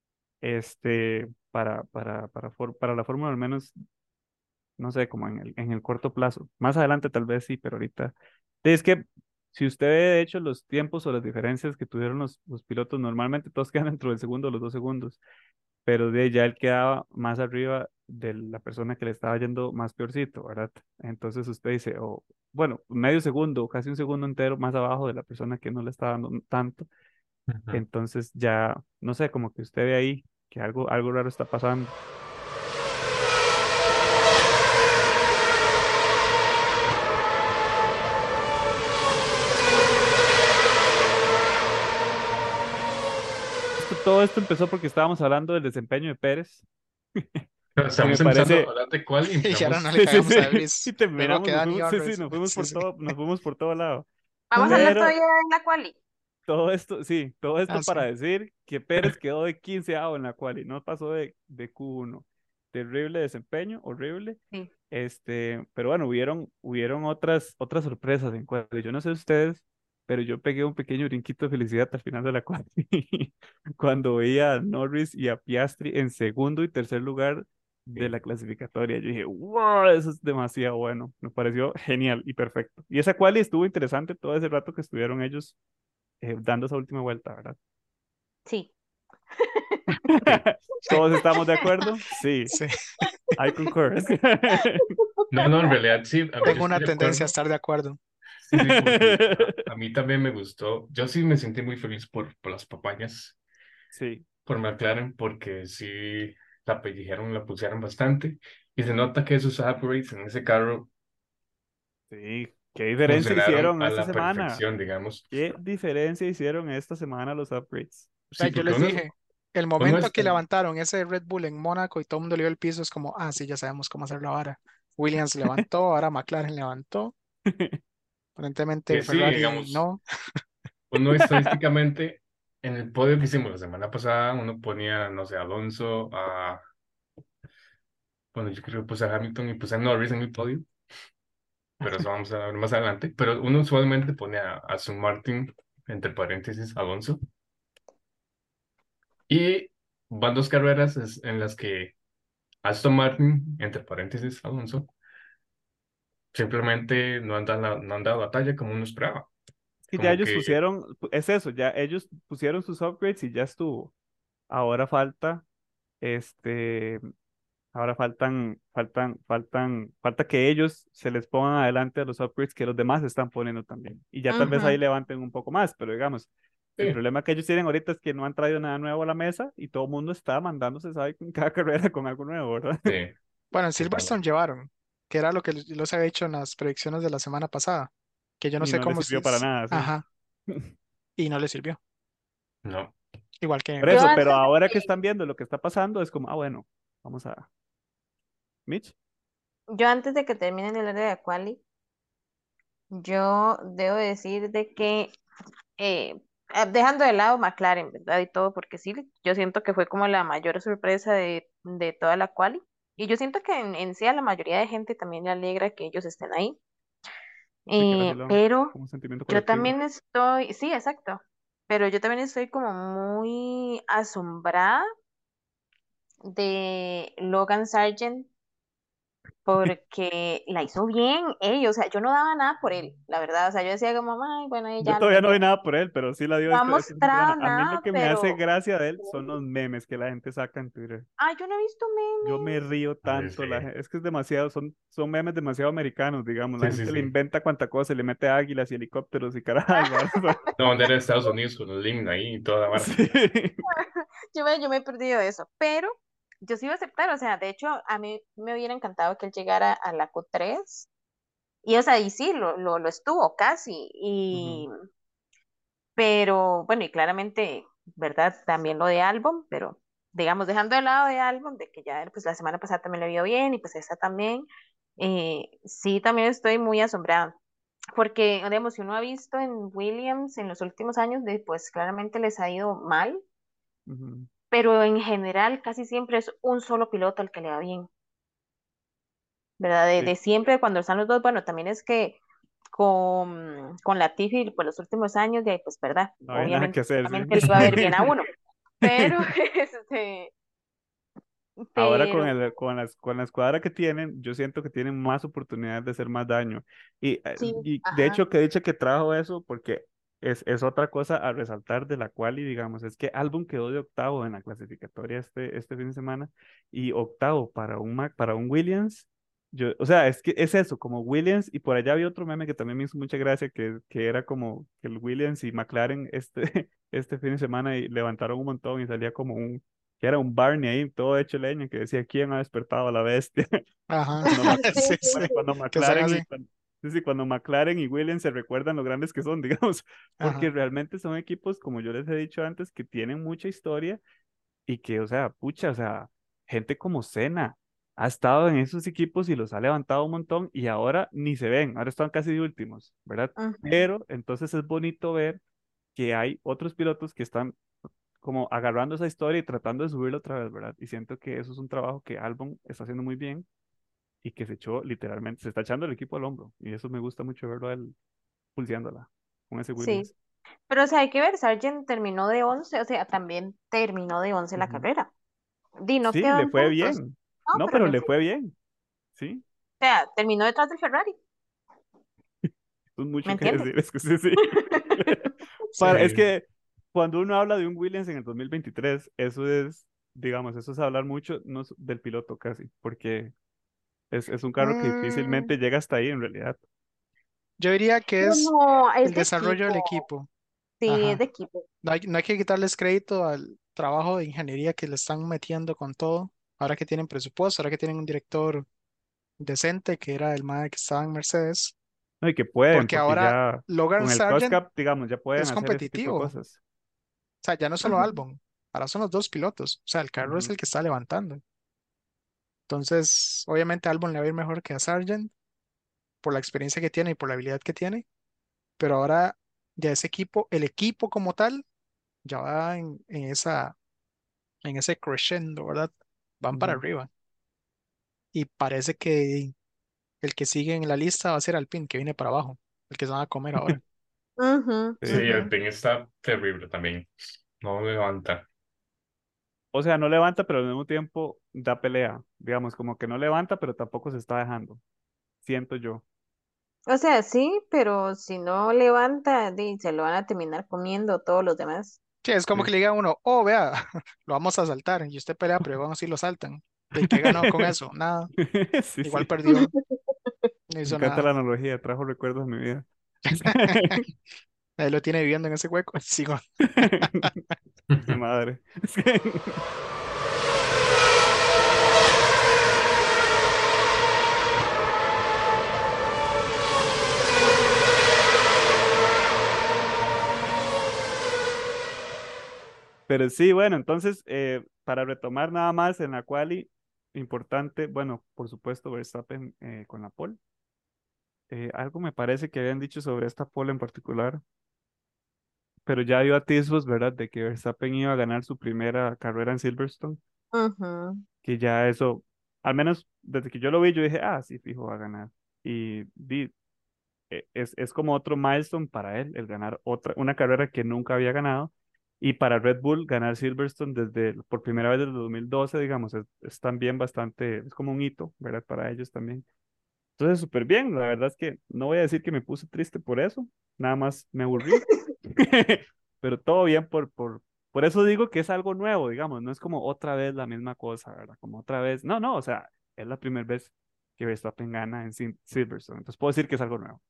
para la Fórmula, al menos no sé, como en el corto plazo. Más adelante tal vez sí, pero ahorita. Es que si usted ve, de hecho, los tiempos o las diferencias que tuvieron los pilotos, normalmente todos quedan dentro del segundo o los 2 segundos, pero de ya él quedaba más arriba de la persona que le estaba yendo más peorcito, ¿verdad? Entonces usted dice, o bueno, medio segundo, casi un segundo entero más abajo de la persona que no le está dando tanto. Ujú. Entonces ya, no sé, como que usted ve ahí que algo raro está pasando. Todo esto empezó porque estábamos hablando del desempeño de Pérez Pero y me estamos empezando a parece, hablar de cuál y Y ahora no empezamos. le sí, sí, cagamos sí, a y Debris. Luego terminamos, que Dani sí, Barres. nos Sí, sí. fuimos por todo lado. Vamos a hablar Pero todavía de la quali. todo Ah, esto sí. para decir que Pérez quedó de 15º en la quali, no pasó de Q1. Terrible desempeño, horrible. Sí. Pero bueno, hubieron otras sorpresas en quali. Yo no sé ustedes, pero yo pegué un pequeño brinquito de felicidad al final de la quali cuando veía a Norris y a Piastri en segundo y tercer lugar de Sí. la clasificatoria. Yo dije, wow, eso es demasiado bueno. Me pareció genial y perfecto. Y esa quali estuvo interesante todo ese rato que estuvieron ellos dando esa última vuelta, ¿verdad? Sí. Sí. ¿Todos estamos de acuerdo? Sí, Sí. I concur. No, no, en realidad sí, yo Tengo estoy una de tendencia a acuerdo. estar de acuerdo. Sí, sí, porque a mí también me gustó. Yo sí me sentí muy feliz por las papayas, Sí, por McLaren, porque sí la pellejearon, la pusieron bastante. Y se nota que esos upgrades en ese carro sí. ¿Qué diferencia funcionaron hicieron a esta la semana? perfección, digamos. ¿Qué diferencia hicieron esta semana los upgrades? Sea, Sí, yo porque les dije, el uno momento que está. levantaron ese Red Bull en Mónaco y todo el mundo le dio el piso, es como, ah, sí, ya sabemos cómo hacer la vara. Williams levantó, ahora McLaren levantó. Aparentemente Que sí, Ferrari digamos, no. uno estadísticamente, en el podio que hicimos la semana pasada, uno ponía, no sé, Alonso, bueno, yo creo que puse a Hamilton y puse a Norris en mi podio, pero eso vamos a ver más adelante. Pero uno usualmente pone a Aston Martin, entre paréntesis, Alonso, y van dos carreras en las que Aston Martin, entre paréntesis, Alonso, simplemente no han dado batalla como uno esperaba. Es que ya Como ellos que, es eso, ya ellos pusieron sus upgrades y ya estuvo. Ahora falta, este, Ahora falta que ellos se les pongan adelante a los upgrades que los demás están poniendo también. Y ya tal vez ahí Ujú. levanten un poco más, pero digamos, el Sí, problema que ellos tienen ahorita es que no han traído nada nuevo a la mesa y todo el mundo está mandándose, ¿sabe? En cada carrera con algo nuevo, ¿verdad? sí, Bueno, en Silverstone totalmente. llevaron, que era lo que los había hecho en las predicciones de la semana pasada, que yo no Y sé no les cómo sirvió para nada, sí. ajá, y no le sirvió. No. Igual que Por Yo eso, pero antes de ahora que que, están viendo lo que está pasando, es como, ah, bueno, vamos a... Mitch. yo antes de que terminen el área de quali, yo debo decir de que dejando de lado McLaren, ¿verdad? Y todo, porque sí, yo siento que fue como la mayor sorpresa de toda la quali. Y yo siento que en sí a la mayoría de gente también le alegra que ellos estén ahí. Uy, qué vacilón, Pero como un sentimiento yo colectivo. también estoy, sí, exacto. Pero yo también estoy como muy asombrada de Logan Sargent porque la hizo bien o sea, yo no daba nada por él, la verdad, o sea, yo decía como, ay, bueno, y Yo ya lo todavía no metí. doy nada por él, pero sí la dio No ha este fin de semana. mostrado A mí lo nada, que me hace pero gracia de él son los memes que la gente saca en Twitter. yo no he visto Yo me memes. río Sí, tanto, sí, es que es demasiado, son memes demasiado americanos, digamos. La sí, sí, gente le sí. inventa cuanta cosa, le mete águilas y helicópteros y carajas, ¿verdad? La bandera de Estados Unidos con el himno ahí y toda la vara. Sí. Yo me he perdido eso, pero yo sí iba a aceptar, o sea, de hecho, a mí me hubiera encantado que él llegara a la Q3, y o sea, y sí, lo estuvo casi, Ujú, pero bueno, y claramente, ¿verdad? También lo de álbum, pero digamos, dejando de lado de álbum, de que ya pues la semana pasada también le vio bien y pues esta también, sí, también estoy muy asombrada, porque, digamos, si uno ha visto en Williams en los últimos años, pues claramente les ha ido mal, ujú. pero en general casi siempre es un solo piloto el que le va bien, ¿verdad? De Sí, siempre cuando están los dos, bueno, también es que con Latifi, pues los últimos años, de ahí, pues, ¿verdad? no había nada que Obviamente, hacer, solamente le iba a ver bien a uno, pero, sí. este, Ahora pero, con la escuadra que tienen, yo siento que tienen más oportunidades de hacer más daño. sí, Y de ajá, hecho, que dicho que trajo eso, porque es otra cosa a resaltar de la cual, y digamos, es que Albon quedó de octavo en la clasificatoria este fin de semana, y octavo para para un Williams. Yo, o sea, es que es eso, como Williams, y por allá había otro meme que también me hizo mucha gracia, que era como que el Williams y McLaren este fin de semana y levantaron un montón y salía como que era un Barney ahí, todo hecho leña, que decía, ¿quién ha despertado a la bestia? ajá, Cuando, sí, sí, sí, sí, cuando que son McLaren así, sí, sí, cuando McLaren y Williams se recuerdan lo grandes que son, digamos, porque ajá. realmente son equipos, como yo les he dicho antes, que tienen mucha historia y que, o sea, pucha, o sea, gente como Senna ha estado en esos equipos y los ha levantado un montón y ahora ni se ven, ahora están casi de últimos, ¿verdad? ujú, Pero entonces es bonito ver que hay otros pilotos que están como agarrando esa historia y tratando de subirla otra vez, ¿verdad? Y siento que eso es un trabajo que Albon está haciendo muy bien y que se echó literalmente, se está echando el equipo al hombro. Y eso me gusta mucho verlo a él pulseándola con ese sí, Williams. pero o sea, hay que ver, Sargent terminó de 11, o sea, también terminó de 11 la Ujú. carrera, no Sí, quedó le en fue puntos, bien. no, No, pero pero le le fue, fue o bien. Sí, sea, terminó detrás del Ferrari, es ¿me mucho que entiendes? decir, es que sí, sí. Es Sí, que cuando uno habla de un Williams en el 2023 eso es, digamos, eso es hablar mucho no, del piloto casi, porque es un carro que Mm, difícilmente llega hasta ahí en realidad. yo diría que es No, es el de desarrollo del equipo, equipo. sí, es Ajá. de equipo. No hay que quitarles crédito al trabajo de ingeniería que le están metiendo con todo. Ahora que tienen presupuesto, ahora que tienen un director decente, que era el MAE que estaba en Mercedes. No, y que pueden, Porque porque ahora ya Logan con el Cost Sargent Cap, digamos, ya pueden es hacer ese tipo de competitivo. O cosas. sea, ya no es solo Ujú. Albon, ahora son los dos pilotos. O sea, el carro es Ujú, el que está levantando. Entonces, obviamente a Albon le va a ir mejor que a Sargent por la experiencia que tiene y por la habilidad que tiene. Pero ahora ya ese equipo, el equipo como tal, ya va en ese crescendo, ¿verdad? Van para ujú. arriba. Y parece que el que sigue en la lista va a ser Alpine, que viene para abajo, el que se van a comer ahora. Ujú, sí, Sí. ujú. el ping está terrible también. No levanta. O sea, no levanta, pero al mismo tiempo da pelea. Digamos, como que no levanta, pero tampoco se está dejando. Siento yo. O sea, sí, pero si no levanta, se lo van a terminar comiendo todos los demás. Sí, es como que Sí. le diga a uno, oh, vea, lo vamos a saltar, y usted pelea, pero vamos a ir lo saltan. ¿De qué ganó con eso? Nada. Sí, Igual sí. perdió, no Me hizo encanta la nada. analogía, trajo recuerdos a mi vida. Ahí lo tiene viviendo en ese hueco. Sigo. Mi madre. Pero sí, bueno, entonces, para retomar nada más en la quali, importante, bueno, por supuesto, Verstappen con la pole. Algo me parece que habían dicho sobre esta pole en particular, pero ya dio atisbos, ¿verdad?, de que Verstappen iba a ganar su primera carrera en Silverstone, Ujú. que ya eso, al menos desde que yo lo vi, yo dije, ah, sí, fijo, va a ganar. Y es como otro milestone para él, el ganar una carrera que nunca había ganado. Y para Red Bull, ganar Silverstone por primera vez desde 2012, digamos, es también bastante, es como un hito, ¿verdad? Para ellos también. Entonces, súper bien. La verdad es que no voy a decir que me puse triste por eso, nada más me aburrí. Pero todo bien por eso digo que es algo nuevo, digamos, no es como otra vez la misma cosa, ¿verdad? Como otra vez. No, no, o sea, es la primera vez que Verstappen gana en Silverstone. Entonces puedo decir que es algo nuevo.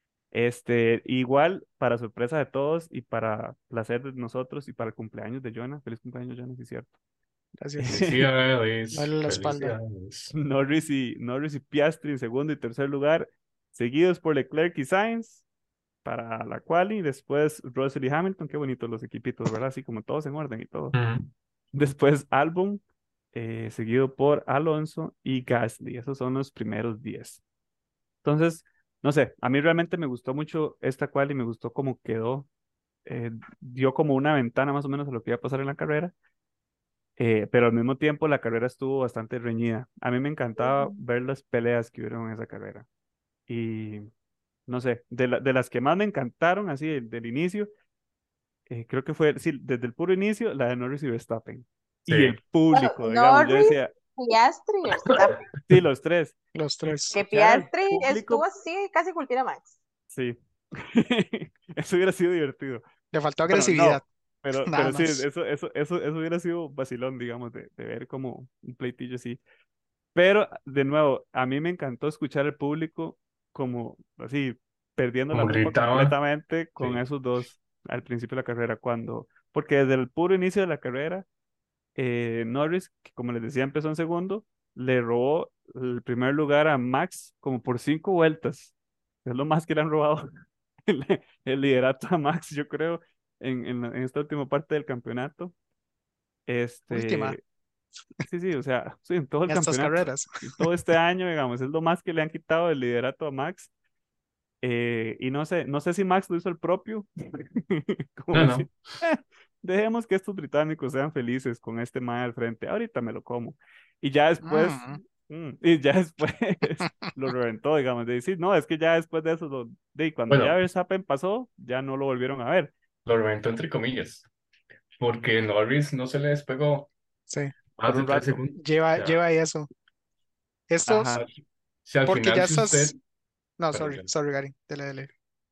Igual, para sorpresa de todos y para placer de nosotros y para el cumpleaños de Jonah, feliz cumpleaños, Jonah, sí es cierto. Gracias. Felicidades, Dale la espalda. felicidades. Norris y Piastri en segundo y tercer lugar, seguidos por Leclerc y Sainz para la quali, después Russell y Hamilton, qué bonitos los equipitos, ¿verdad? Así como todos en orden y todo. Mm, Después Albon, seguido por Alonso y Gasly, esos son los primeros 10. Entonces, no sé, a mí realmente me gustó mucho esta quali, me gustó cómo quedó, dio como una ventana más o menos a lo que iba a pasar en la carrera, pero al mismo tiempo la carrera estuvo bastante reñida. A mí me encantaba Ujú. ver las peleas que hubieron en esa carrera. Y no sé, de las que más me encantaron, así del inicio, creo que fue, sí, desde el puro inicio, la de Norris y Verstappen. sí, Y el Bueno, público, digamos, yo Norris, decía, Piastri y Verstappen. sí, los tres, Los tres. Que escuchar al Piastri estuvo público, así, casi cualquiera Max. sí, eso hubiera sido divertido. Le faltó Bueno, agresividad, no, pero, nada pero sí, más. eso hubiera sido vacilón, digamos, de ver como un pleitillo así. Pero, de nuevo, a mí me encantó escuchar al público como así, perdiendo la como ropa gritaban, completamente con sí, esos dos al principio de la carrera, porque desde el puro inicio de la carrera, Norris, que como les decía, empezó en segundo, le robó el primer lugar a Max como por 5 vueltas. Es lo más que le han robado el liderato a Max, yo creo, en esta última parte del campeonato. Última, Este, sí, sí, o sea, sí, en todo el en estas campeonato, carreras. en todo este año, digamos, es lo más que le han quitado el liderato a Max. Y no sé si Max lo hizo el propio, como no, decir, no, "Eh, dejemos que estos británicos sean felices con este man al frente, ahorita me lo como". Y ya después, Mm. y ya después lo reventó, digamos, de decir, no, es que ya después de eso, cuando ya bueno, Verstappen pasó, ya no lo volvieron a ver. lo reventó entre comillas, porque Norris no se le despegó Sí, más Por de un tres rato. segundos. O sea, lleva eso. Estos, Ajá, si al porque final, ya si usted, estás. No, perdón, sorry, Gary. Dele, dele.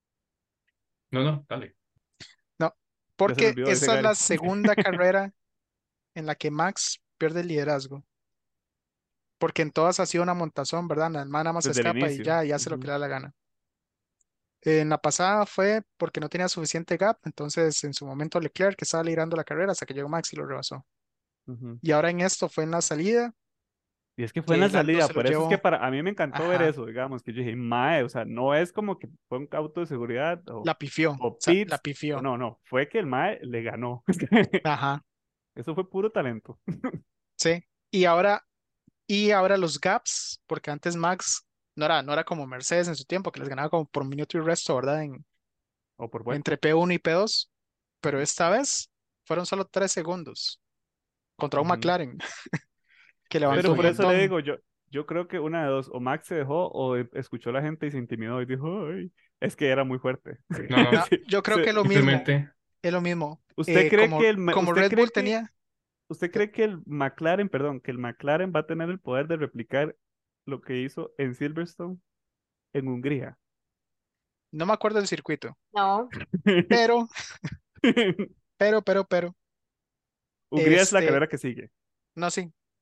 no, no, dale. No, ya se le porque olvidó, dice esta es la Gary. segunda carrera en la que Max pierde el liderazgo. Porque en todas ha sido una montazón, ¿verdad? La hermana nada más se Desde el escapa y inicio. ya hace lo que Ujú, le da la gana. En la pasada fue porque no tenía suficiente gap, entonces en su momento Leclerc que estaba liderando la carrera hasta que llegó Max y lo rebasó. ujú. Y ahora en esto fue en la salida Y es que fue en que la el Aldo salida, se lo por eso es que llevó. a mí me encantó ver Ajá, eso, digamos, que yo dije, mae, o sea, no es como que fue un auto de seguridad la pifió, o o sea, la pits, o pifió. no, no, fue que el mae le ganó. Ajá, Eso fue puro talento. sí. Y ahora los gaps, porque antes Max no era como Mercedes en su tiempo, que les ganaba como por minuto y resto, ¿verdad? O por Entre vuelta. P1 y P2, pero Ujú, esta vez fueron solo 3 segundos contra un ujú. McLaren que Pues levantó Pero un por eso sí, le montón. digo, yo creo que una de dos, o Max se dejó o escuchó a la gente y se intimidó y dijo, ay, es que era muy fuerte. no, no, No, Sí, yo creo sí. que simplemente, es lo mismo. ¿Usted cree Como, que como usted Red cree Bull que tenía, usted eh, cree que el McLaren, perdón, que el McLaren va a tener el poder de replicar lo que hizo en Silverstone en Hungría? no me acuerdo del circuito, No, pero, pero, Hungría es la este, carrera que sigue. no, sí.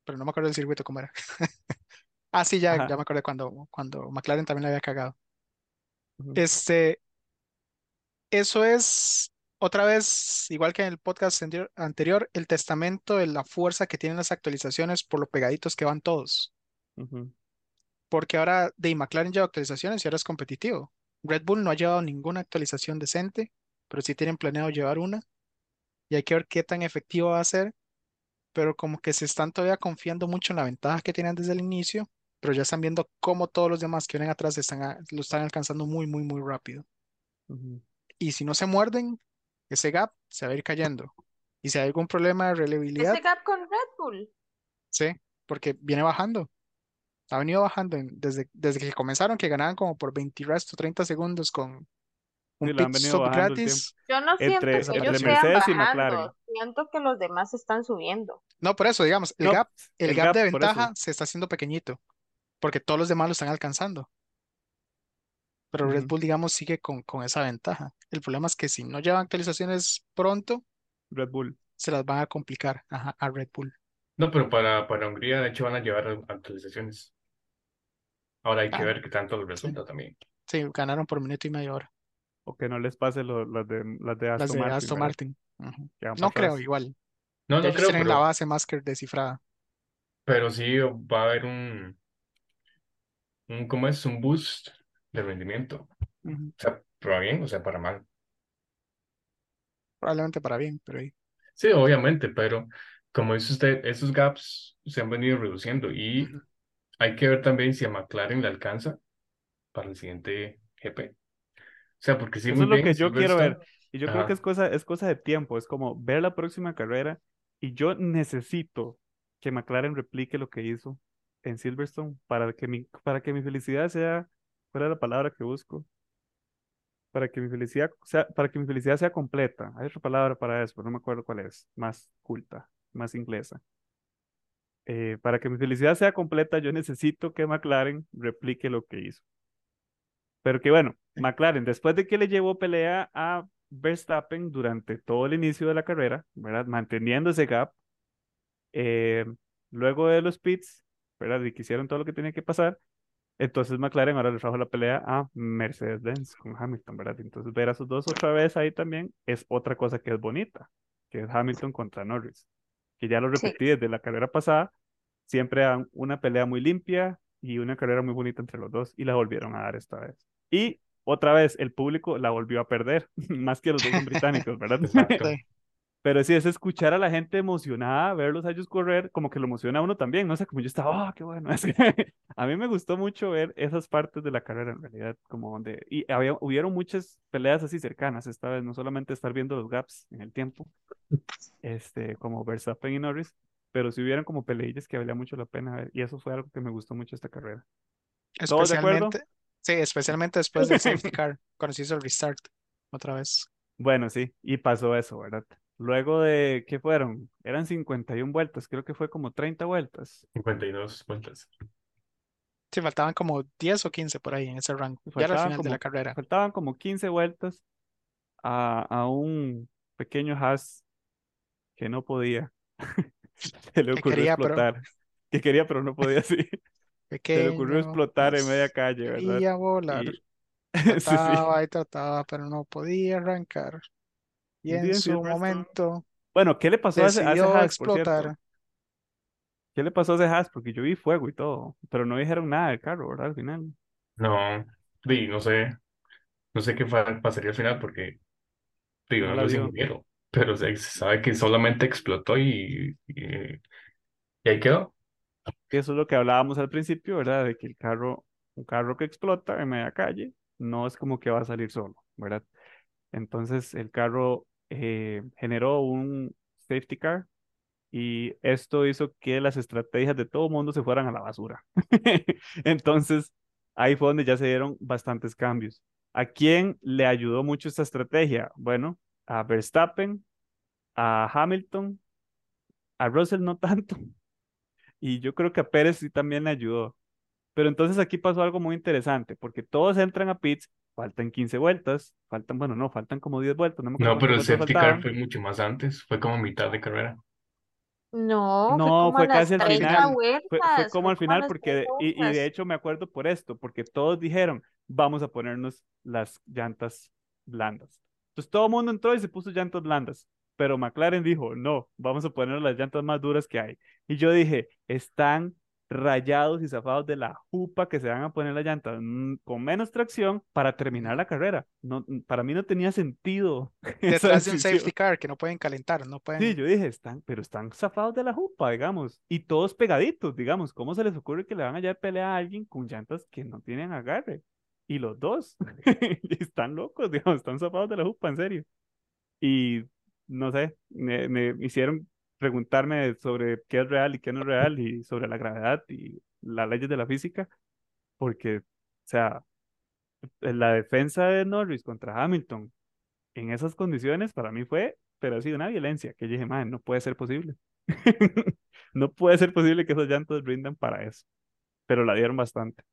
pero no me acuerdo del circuito cómo era. Ah, sí, ya Ajá. me acordé cuando McLaren también le había cagado. Ujú, Este, eso es otra vez, igual que en el podcast anterior, el testamento de la fuerza que tienen las actualizaciones por lo pegaditos que van todos. ujú. Porque ahora de McLaren lleva actualizaciones y ahora es competitivo. Red Bull no ha llevado ninguna actualización decente, pero sí tienen planeado llevar una y hay que ver qué tan efectivo va a ser, pero como que se están todavía confiando mucho en la ventaja que tienen desde el inicio, pero ya están viendo cómo todos los demás que vienen atrás lo están alcanzando muy, muy, muy rápido. Ujú. Y si no se muerden, ese gap se va a ir cayendo. Y si hay algún problema de reliabilidad, Ese gap con Red Bull. sí, porque viene bajando. Ha venido bajando desde que comenzaron, que ganaban como por 20 resto 30 segundos con un Sí, lo han pit venido stop bajando el tiempo. gratis, Yo no siento que ellos Entre desapareció. vayan Mercedes y McLaren. bajando, siento que los demás están subiendo. No, por eso, digamos, No, el el gap de gap, por eso. ventaja se está haciendo pequeñito, porque todos los demás lo están alcanzando. Pero Red Ujú. Bull, digamos, sigue con esa ventaja. El problema es que si no llevan actualizaciones pronto, Red Bull. se las van a complicar, ajá, a Red Bull. No, pero para Hungría, de hecho, van a llevar actualizaciones. Ahora hay que Ah, ver qué tanto les sí, resulta también. sí, ganaron por minuto y media hora. O que no les pase las de Las Aston de Martin, Aston ¿verdad? Martin. Ujú. Que van para No creo, atrás. igual. No, Ya no ellos creo, tienen la base más que descifrada. pero sí va a haber ¿cómo es? Un boost de rendimiento. O Ujú. sea, para bien, o sea, para mal. Probablemente para bien, pero ahí. Sí, obviamente, pero como dice usted, esos gaps se han venido reduciendo y Ujú. hay que ver también si a McLaren le alcanza para el siguiente GP. O sea, porque sí, Eso muy es lo bien, que yo quiero Silverstone. ver. Y yo creo que Ajá. es cosa de tiempo. Es como ver la próxima carrera. Y yo necesito que McLaren replique lo que hizo en Silverstone para que mi felicidad sea, fuera la palabra que busco, para que mi felicidad sea completa. Hay otra palabra para eso, pero no me acuerdo cuál es. Más culta, más inglesa. Para que mi felicidad sea completa, yo necesito que McLaren replique lo que hizo. Pero que bueno, Sí. McLaren, después de que le llevó pelea a Verstappen durante todo el inicio de la carrera, ¿verdad? Manteniendo ese gap, eh, luego de los pits, ¿verdad? Y que hicieron todo lo que tenía que pasar, entonces McLaren ahora le trajo la pelea a Mercedes-Benz con Hamilton, ¿verdad? Entonces ver a esos dos otra vez ahí también es otra cosa que es bonita, que es Hamilton contra Norris, que ya lo Sí, repetí desde la carrera pasada, siempre dan una pelea muy limpia y una carrera muy bonita entre los dos y la volvieron a dar esta vez. Y otra vez el público la volvió a perder, más que los dos son británicos, ¿verdad? Exacto. Sí. Pero sí es escuchar a la gente emocionada, verlos a ellos correr, como que lo emociona a uno también, no sé, como yo estaba, qué bueno. Así. A mí me gustó mucho ver esas partes de la carrera en realidad, como donde, hubieron muchas peleas así cercanas esta vez, no solamente estar viendo los gaps en el tiempo, como Verstappen y Norris, pero sí hubieron como peleillas que valía mucho la pena ver, y eso fue algo que me gustó mucho esta carrera. ¿Todos de acuerdo? Especialmente, sí, especialmente después del safety car, cuando se hizo el restart otra vez. Bueno, sí, y pasó eso, ¿verdad? Luego de, ¿qué fueron? Eran 51 vueltas, creo que fue como 30 vueltas. 52 vueltas. Sí, faltaban como 10 o 15 por ahí en ese rango. Ya era el Faltaban final de la como, carrera. faltaban como 15 vueltas a un pequeño Haas que no podía, se le Que ocurrió quería, pero explotar, que quería pero no podía, sí, se le ocurrió pequeño, explotar en media calle, ¿verdad? quería volar. Y sí, sí, Trataba y trataba, pero no podía arrancar. Y un en día en su Silverstone. momento Bueno, ¿qué le pasó a ese decidió Haas, por cierto? explotar. ¿Qué le pasó a ese Haas? Porque yo vi fuego y todo, pero no dijeron nada del carro, ¿verdad? Al final, No, no sé qué pasaría al final porque, digo, no no la los vio. ingenieros, pero se sabe que solamente explotó y ahí quedó. Y eso es lo que hablábamos al principio, ¿verdad? De que un carro que explota en media calle, no es como que va a salir solo, ¿verdad? Entonces el carro generó un safety car y esto hizo que las estrategias de todo el mundo se fueran a la basura. Entonces ahí fue donde ya se dieron bastantes cambios. ¿A quién le ayudó mucho esta estrategia? Bueno, a Verstappen, a Hamilton, a Russell no tanto, y yo creo que a Pérez sí también le ayudó. Pero entonces aquí pasó algo muy interesante, porque todos entran a pits, faltan 15 vueltas, bueno, no, faltan como 10 vueltas, no me acuerdo No, cuántas pero el vueltas safety car faltaban. fue mucho más antes, fue como mitad de carrera. No, fue No, como a fue casi las al Al 30 final. final, Fue vueltas, como fue al como a final las 30 porque, y de vueltas. hecho me acuerdo por esto, porque todos dijeron, vamos a ponernos las llantas blandas. Entonces todo el mundo entró y se puso llantas blandas, pero McLaren dijo, no, vamos a poner las llantas más duras que hay. Y yo dije, están rayados y zafados de la jupa que se van a poner las llantas con menos tracción para terminar la carrera. No, para mí no tenía sentido esa detrás de un safety decisión. car que no pueden calentar, no Sí, pueden. yo dije, pero están zafados de la jupa, digamos, y todos pegaditos, digamos. ¿Cómo se les ocurre que le van a llevar pelea a alguien con llantas que no tienen agarre? Y los dos están locos, digamos, están zafados de la jupa, en serio. Y no sé, me hicieron preguntarme sobre qué es real y qué no es real, y sobre la gravedad y las leyes de la física, porque, o sea, la defensa de Norris contra Hamilton en esas condiciones para mí fue, pero ha sido una violencia que yo dije, madre, no puede ser posible. No puede ser posible que esos llantos rindan para eso, pero la dieron bastante.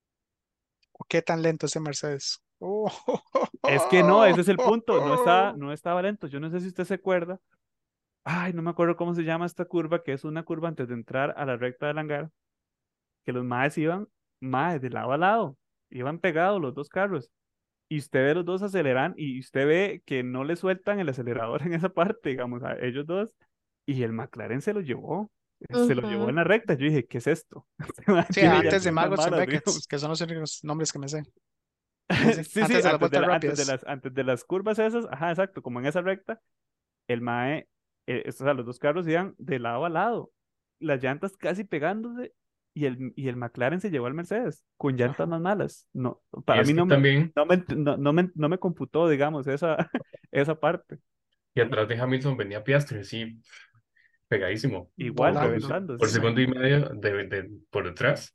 ¿O qué tan lento ese Mercedes? Es que no, ese es el punto, no estaba lento. Yo no sé si usted se acuerda. Ay, no me acuerdo cómo se llama esta curva, que es una curva antes de entrar a la recta del hangar, que los maes iban, maes, de lado a lado, iban pegados los dos carros. Y usted ve los dos aceleran y usted ve que no le sueltan el acelerador en esa parte, digamos, a ellos dos, y el McLaren se lo llevó en Ujú. la recta. Yo dije, ¿qué es esto? Este man Sí, tiene antes de llantas más Maggots and malas, Beckett's, digamos. que son los únicos nombres que me sé. Sí, sí, Sí, sí, antes de las vueltas rápidas. antes de las curvas esas, ajá, exacto, como en esa recta, el mae, o sea, los dos carros iban de lado a lado, las llantas casi pegándose, y el McLaren se llevó al Mercedes con llantas Ajá. más malas. No, Y para es mí que también, no me computó, digamos, esa, esa parte. y atrás de Hamilton venía Piastri, sí, pegadísimo, Igual, Volando. por reventándose. Sí. segundo y medio por detrás.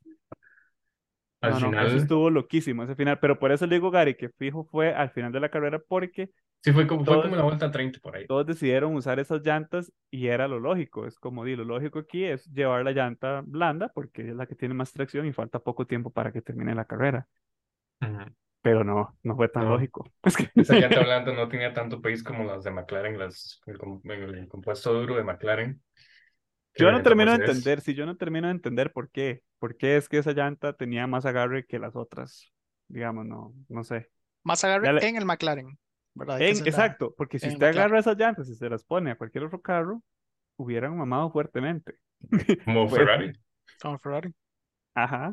Al No, no, eso final, estuvo loquísimo ese final, pero por eso le digo, Gary, que fijo fue al final de la carrera, porque sí, fue como todos, la vuelta 30 por ahí. todos decidieron usar esas llantas y era lo lógico. Es como di, lo lógico aquí es llevar la llanta blanda porque es la que tiene más tracción y falta poco tiempo para que termine la carrera. Ujú. Pero no, no fue tan No, lógico. Es que esa llanta blanda no tenía tanto pace como las de McLaren, el compuesto duro de McLaren que yo no reventó termino de Mercedes. entender, si yo no termino de entender por qué es que esa llanta tenía más agarre que las otras. Digamos, no, no sé. Más Ya agarre le- en el McLaren, ¿verdad? Hay que hacer la exacto, porque si en el usted McLaren, agarra esas llantas y se las pone a cualquier otro carro, hubieran mamado fuertemente. Como Pues, Ferrari. como Ferrari. ajá,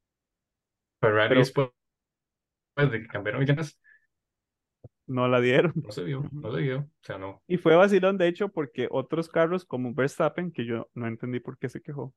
Ferrari pero después de que cambiaron llantas, no la dieron. no se vio, Ujú. no se dio. O sea, no. Y fue vacilón, de hecho, porque otros carros como Verstappen, que yo no entendí por qué se quejó,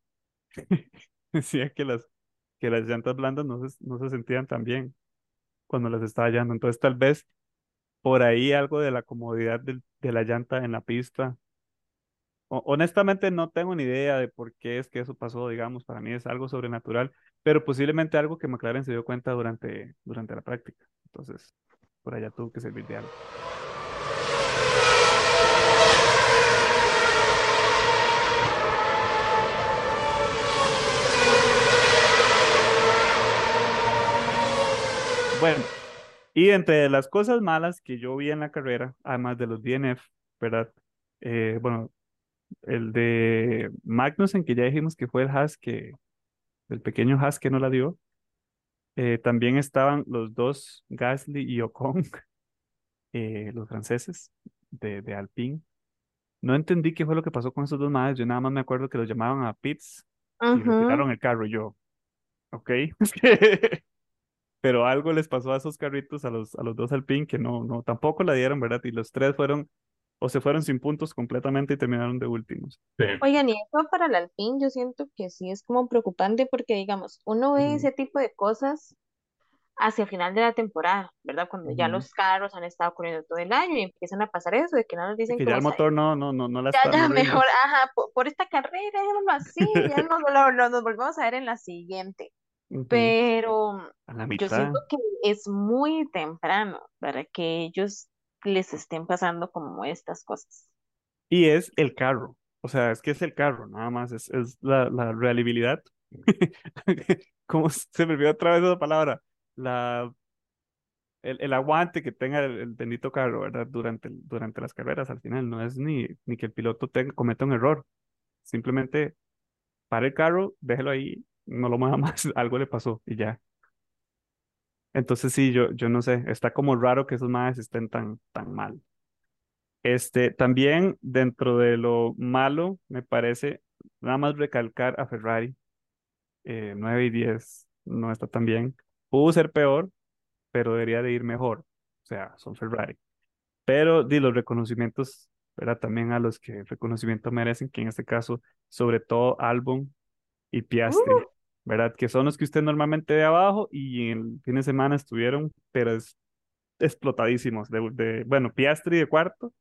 decía que las llantas blandas no se sentían tan bien cuando las estaba hallando. Entonces, tal vez por ahí algo de la comodidad de la llanta en la pista. Honestamente, no tengo ni idea de por qué es que eso pasó, digamos, para mí es algo sobrenatural, pero posiblemente algo que McLaren se dio cuenta durante la práctica. Entonces, por allá tuvo que servir de algo. Bueno. Y entre las cosas malas que yo vi en la carrera, además de los DNF, ¿verdad? Bueno, el de Magnussen, que ya dijimos que fue el pequeño Haas que no la dio. También estaban los dos, Gasly y Ocon, los franceses de Alpine. No entendí qué fue lo que pasó con esos dos madres. Yo nada más me acuerdo que los llamaban a pits y Ujú. retiraron el carro. Y yo, ok. Pero algo les pasó a esos carritos, a los dos Alpine, que no, tampoco la dieron, ¿verdad? Y los tres fueron, o se fueron sin puntos completamente y terminaron de últimos. Sí. Oigan, y eso para el Alpine yo siento que sí es como preocupante porque, digamos, uno ve Ujú, ese tipo de cosas hacia el final de la temporada, ¿verdad? Cuando ya ujú. los carros han estado corriendo todo el año y empiezan a pasar eso, de que no nos Y dicen que ya como, el motor no la ya, está, no ya, rinde. mejor, ajá, por esta carrera, dejémoslo así, ya nos volvemos a ver en la siguiente. Ujú. Pero A la yo siento mitad. que es muy temprano para que ellos les estén pasando como estas cosas. Y es el carro. O sea, es que es el carro, nada más. Es la reliabilidad. ¿Cómo se me olvidó otra vez esa palabra? La, el aguante que tenga el bendito carro, ¿verdad? Durante las carreras al final. No es ni que el piloto cometa un error. Simplemente para el carro, déjelo ahí, no lo mueva más, algo le pasó y ya. Entonces sí, yo no sé, está como raro que esos maes estén tan mal. También dentro de lo malo, me parece, nada más recalcar a Ferrari, 9 y 10 no está tan bien. Pudo ser peor, pero debería de ir mejor. O sea, son Ferrari. Pero di los reconocimientos, ¿verdad? También a los que reconocimiento merecen, que en este caso, sobre todo Albon y Piastri, ¿verdad? Que son los que usted normalmente ve abajo y el fin de semana estuvieron, pero explotadísimos. Bueno, Piastri de cuarto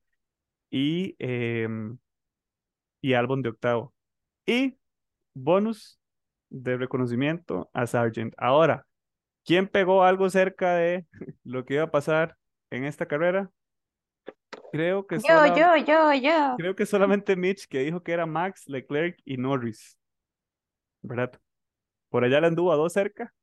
y Albon de octavo. Y bonus de reconocimiento a Sargent. Ahora, ¿quién pegó algo cerca de lo que iba a pasar en esta carrera? Creo que Yo, sola, yo, yo, yo. creo que solamente Mitch que dijo que era Max, Leclerc y Norris, ¿verdad? Por allá le anduvo a dos cerca.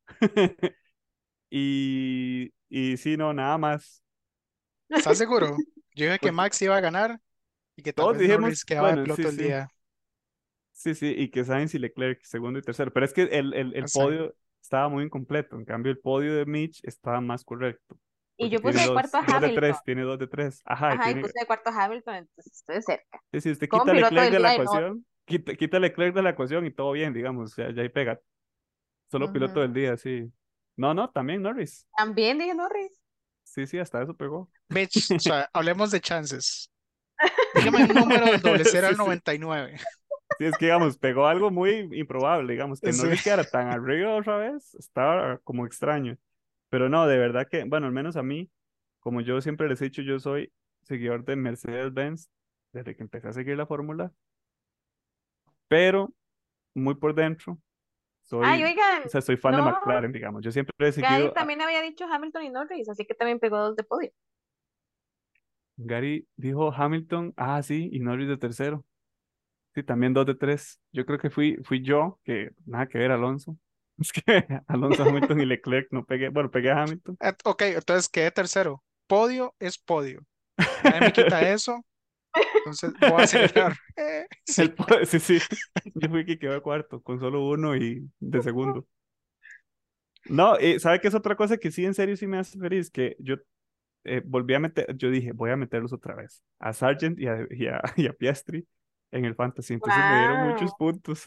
Y sí, no, nada más. ¿Estás seguro? Yo dije que Porque Max iba a ganar y que tal todos vez Norris dijimos, quedaba de bueno, sí, piloto el sí, día. sí, sí, y que Sainz y Leclerc segundo y tercero. Pero es que el Exacto. podio estaba muy incompleto. En cambio, el podio de Mitch estaba más correcto. Y Porque yo puse de cuarto a dos de Hamilton. tres, tiene dos de tres. Ajá, y Ajá, y tiene. puse de cuarto a Hamilton, entonces estoy cerca. Si usted Como quita piloto Leclerc del de la día de no. ecuación, quita Leclerc de la ecuación y todo bien, digamos, ya ahí pega. Solo piloto Ujú. del día, sí. No, no, también Norris. También dije Norris. Sí, sí, hasta eso pegó. Mitch, o sea, hablemos de chances. Dígame un número del doble cero Sí, al sí. 99. Sí, es que, digamos, pegó algo muy improbable, digamos, que Sí. Norris quedara tan arriba otra vez, estaba como extraño. Pero no, de verdad que, bueno, al menos a mí, como yo siempre les he dicho, yo soy seguidor de Mercedes-Benz desde que empecé a seguir la fórmula, pero muy por dentro Ay, o oigan, sea, soy fan de no, McLaren, digamos. Yo siempre he Gary seguido a también había dicho Hamilton y Norris, así que también pegó dos de podio. Gary, dijo Hamilton, ah, sí, y Norris de tercero. Sí, también dos de tres. Yo creo que fui yo, que nada que ver, Alonso. Es que Alonso, Hamilton y Leclerc no pegué. Bueno, pegué a Hamilton. Ok, entonces quedé tercero. Podio es podio. Nadie me quita eso. Entonces voy a celebrar. Sí. Sí, sí. Yo fui que quedó de cuarto, con solo uno y de segundo. No, ¿sabe qué es otra cosa que sí, en serio, sí me hace feliz? Que yo volví a meter, yo dije, voy a meterlos otra vez. A Sargent y a Piastri en el Fantasy. Entonces me dieron muchos Wow. puntos.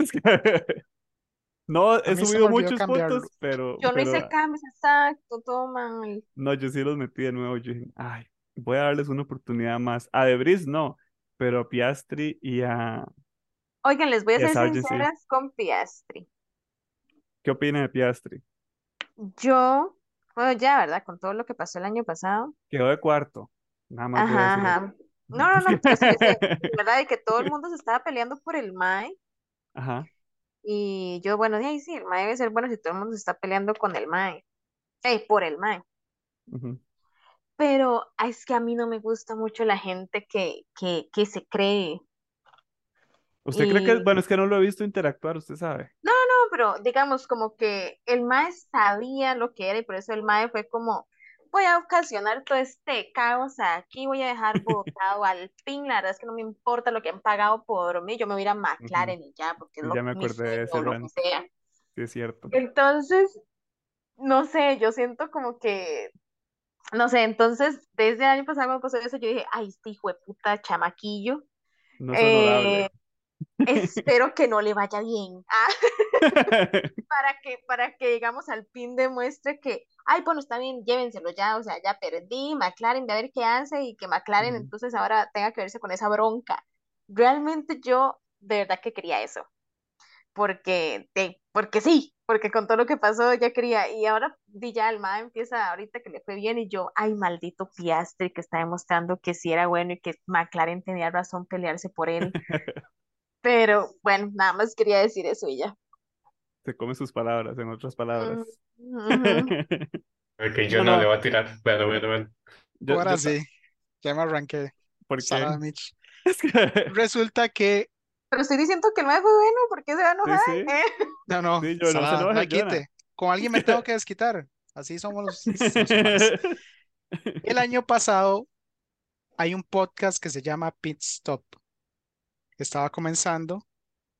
No A he mí se me subido olvidó muchos cambiarlo. puntos, pero, Yo no pero hice cambios, exacto, todo mal. no, yo sí los metí de nuevo. Yo dije, ay, voy a darles una oportunidad más. A Debris no, pero a Piastri Oigan, les voy a y a ser Sargent sí. sinceras con Piastri. ¿Qué opina de Piastri? Yo, bueno, ya, ¿verdad? Con todo lo que pasó el año pasado. Quedó de cuarto. Nada más voy a Ajá, decir eso. ajá. No, no, no, yo sé, ¿verdad? Y que todo el mundo se estaba peleando por el MAE. Ajá. Y yo, bueno, ahí sí, el MAE debe ser bueno si todo el mundo se está peleando con el MAE. Por el MAE. Ujú. Pero es que a mí no me gusta mucho la gente que se cree. ¿Usted cree que, Y bueno, es que no lo he visto interactuar, usted sabe? no, pero digamos como que el MAE sabía lo que era y por eso el MAE fue como, voy a ocasionar todo este caos aquí, voy a dejar botado al PIN, la verdad es que no me importa lo que han pagado por mí, yo me voy a ir a Ujú. McLaren y ya, porque es Sí, ya me mi acordé de sueño ese o lo que rant. sea. Sí, es cierto. Entonces, no sé, yo siento como que, no sé, entonces desde el año pasado cuando pasó eso, yo dije, ay, este hijo de puta chamaquillo, No es eh, honorable. espero que no le vaya bien. Para que digamos al fin demuestre que, ay, bueno, está bien, llévenselo ya, o sea, ya perdí, McLaren, de a ver qué hace y que McLaren Ujú. entonces ahora tenga que verse con esa bronca. Realmente yo de verdad que quería eso, porque sí, porque con todo lo que pasó ya quería, y ahora ya el MA empieza ahorita que le fue bien y yo, ay, maldito Piastri que está demostrando que sí era bueno y que McLaren tenía razón pelearse por él, pero bueno, nada más quería decir eso y ya. Se come sus palabras, en otras Mm, palabras. ujú. Que yo No, no le no. voy a tirar. Bueno, bueno, bueno. Ahora sí, ya me arranqué. ¿Por qué? Salada Mitch. Es que, Resulta que, Pero estoy diciendo que el mae fue bueno, ¿por qué se va a sí, enojar? sí, ¿Eh? no, no, sí, yo no se salada, no enoje, me Jonah. quite. Con alguien Es me tengo que... que desquitar. Así somos los humanos. El año pasado hay un podcast que se llama Pit Stop. Estaba comenzando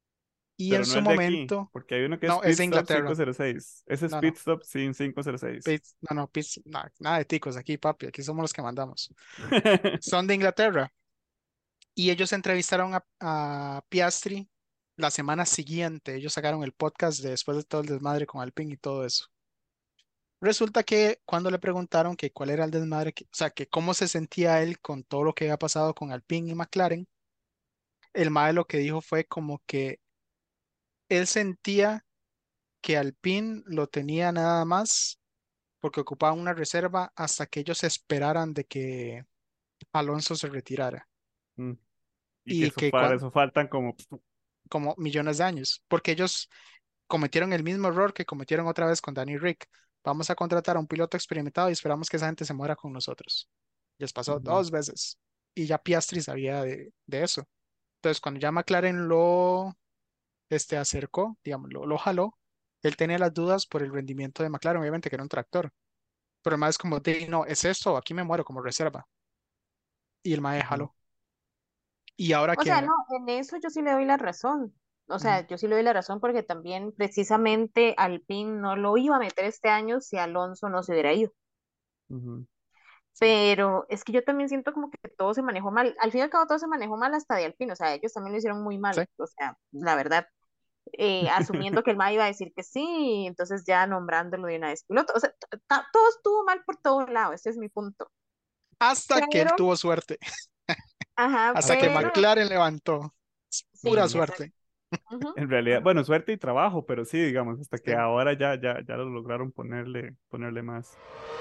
Y en Pero no su el de aquí, momento, porque hay uno que es no, es Pit de Stop Inglaterra. 506. Ese es No, Pit no, Stop sin 506. no, no, nada de ticos aquí, papi, aquí somos los que mandamos. Son de Inglaterra. Y ellos entrevistaron a Piastri la semana siguiente. Ellos sacaron el podcast después de todo el desmadre con Alpine y todo eso. Resulta que cuando le preguntaron que cuál era el desmadre, o sea, que cómo se sentía él con todo lo que había pasado con Alpine y McLaren, el mae lo que dijo fue como que él sentía que Alpine lo tenía nada más porque ocupaba una reserva hasta que ellos esperaran de que Alonso se retirara. Mm, y que Y eso, que eso faltan como... como millones de años, porque ellos cometieron el mismo error que cometieron otra vez con Danny Rick. Vamos a contratar a un piloto experimentado y esperamos que esa gente se muera con nosotros. Les pasó Ujú, 2 veces y ya Piastri sabía de eso. Entonces, cuando ya McLaren lo acercó, digamos, lo jaló, él tenía las dudas por el rendimiento de McLaren, obviamente que era un tractor. Pero el mae es como, de, no, es esto, aquí me muero como reserva. Y el mae ujú, jaló. Y ahora O sea, que, no, en eso yo sí le doy la razón. O ujú, sea, yo sí le doy la razón porque también precisamente Alpine no lo iba a meter este año si Alonso no se hubiera ido. ujú, sí, Pero es que yo también siento como que todo se manejó mal. Al fin y al cabo todo se manejó mal hasta de Alpine. O sea, ellos también lo hicieron muy sí, mal. O sea, la verdad, asumiendo que el MA iba a decir que sí, entonces ya nombrándolo de una vez piloto. O sea, todo estuvo mal por todo lado. Ese es mi punto. hasta que él Pero, tuvo suerte, ajá, hasta que Exacto. pero, McLaren levantó. Pura sí, Ujú. exacto. suerte. Ujú. En realidad, bueno, suerte y trabajo, pero sí, digamos, hasta que Sí. ahora ya lo lograron ponerle más.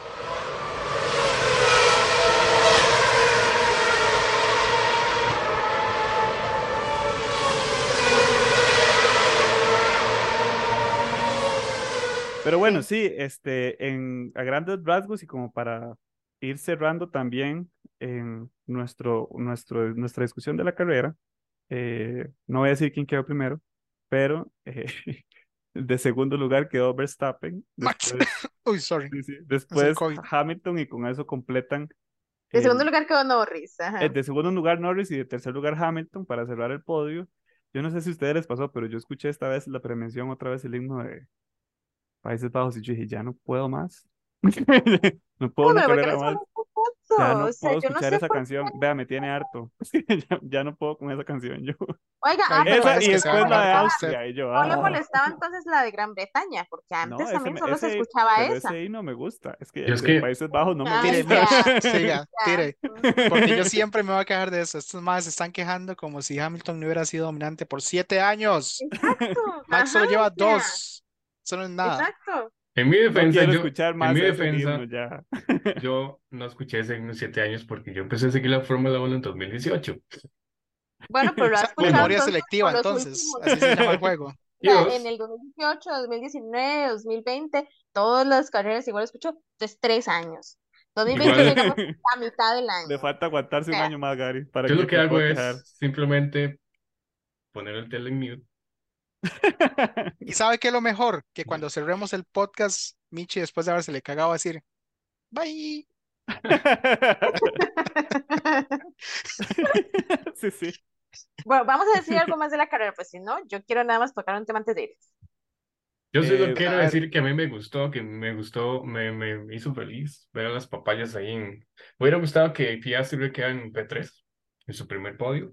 Pero bueno, Sí. sí, a grandes rasgos y como para ir cerrando también en nuestra discusión de la carrera, no voy a decir quién quedó primero, pero de segundo lugar quedó Verstappen, Max. después, Uy, sorry. sí, sí, Es el después COVID. Hamilton y con eso completan De segundo el, lugar quedó Norris. Ajá. de segundo lugar Norris y de tercer lugar Hamilton para cerrar el podio. Yo no sé si a ustedes les pasó, pero yo escuché esta vez la premención, otra vez el himno de Países Bajos y yo dije, ya no puedo más. No puedo No, una pero ¿por qué carrera les más. hablas Ya tanto? no O sea, puedo yo no escuchar sé esa por canción. qué. Vea, me tiene harto. Ya no puedo con esa canción yo. Oiga, Hay pero Esa países y que se no le van a después la de enojar con molestaba, usted. Austria. Y yo, no le ah. molestaba entonces la de Gran Bretaña, porque No, antes también solo se ese, escuchaba pero esa. ese himno me gusta. Es que Yo el es de que, Países Bajos no me Tire, Ay, gusta. ya, Mitch, siga, ya. tire. Porque yo siempre me voy a quejar de eso. Estos más se están quejando como si Hamilton no hubiera sido dominante por 7 años. Exacto, Max ajá, solo lleva o sea, 2. Eso no es nada. exacto. en mi No defensa, quiero escuchar en mi más ese himno defensa, ya. yo no escuché ese himno 7 años porque yo empecé a seguir la Fórmula 1 en 2018. Bueno, pero lo ha Esa escuchado Bueno, memoria entonces selectiva, por los entonces. últimos, Así se llama el juego. o y sea, en dos, el 2018, 2019, 2020, todas las carreras igual lo escucho, entonces 3 años. 2021 igual, digamos a mitad del Le año. falta O aguantarse un sea, año más, Gary, para yo que lo yo que me hago pueda quejar. es simplemente poner el tele en mute. ¿Y sabe qué es lo mejor? Que cuando cerremos el podcast, Michi, después de haberse le cagado, va a decir, bye. Sí, sí. bueno, vamos a decir algo más de la carrera, pues si no, yo quiero nada más tocar un tema antes de ir. Yo solo quiero A ver, decir que a mí me gustó, me hizo feliz ver a las papayas ahí en... Me hubiera gustado que Piastri quedara en P3, en su primer podio,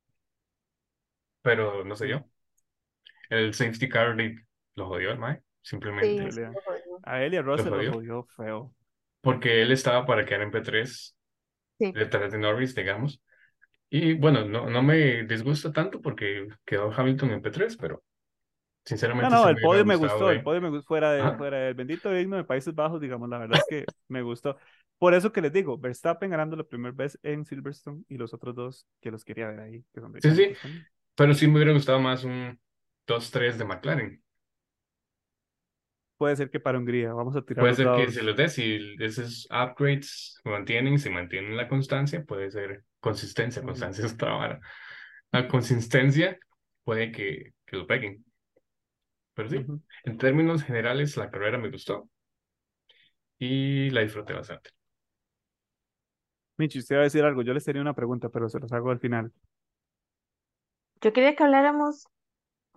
pero no sé yo. El safety car lo jodió el mae, en Sí, simplemente sí, realidad. lo jodió. A él y a lo Russell los jodió. jodió feo. Porque él estaba para quedar en P3 Sí. detrás de Norris, digamos. Y bueno, no me disgusta tanto porque quedó Hamilton en P3, pero No, sinceramente no, sí el me hubiera podio me gustado gustó, el ver. podio me gustó Ajá. fuera del bendito himno de Países Bajos, digamos, la verdad es que me gustó. Por eso que les digo, Verstappen ganando la primera vez en Silverstone y los otros dos que los quería ver ahí, que son Sí, sí, británicos también. pero sí me hubiera gustado más un 2-3 de McLaren. Puede ser que para Hungría, vamos a tirar Puede los ser que se dados. los dé, si esos upgrades se mantienen la constancia, puede ser Ujú, constancia es otra vara. La consistencia puede que lo peguen. Pero sí, ujú. en términos generales, la carrera me gustó y la disfruté bastante. Michi, usted va a decir algo, yo les tenía una pregunta, pero se los hago al final. Yo quería que habláramos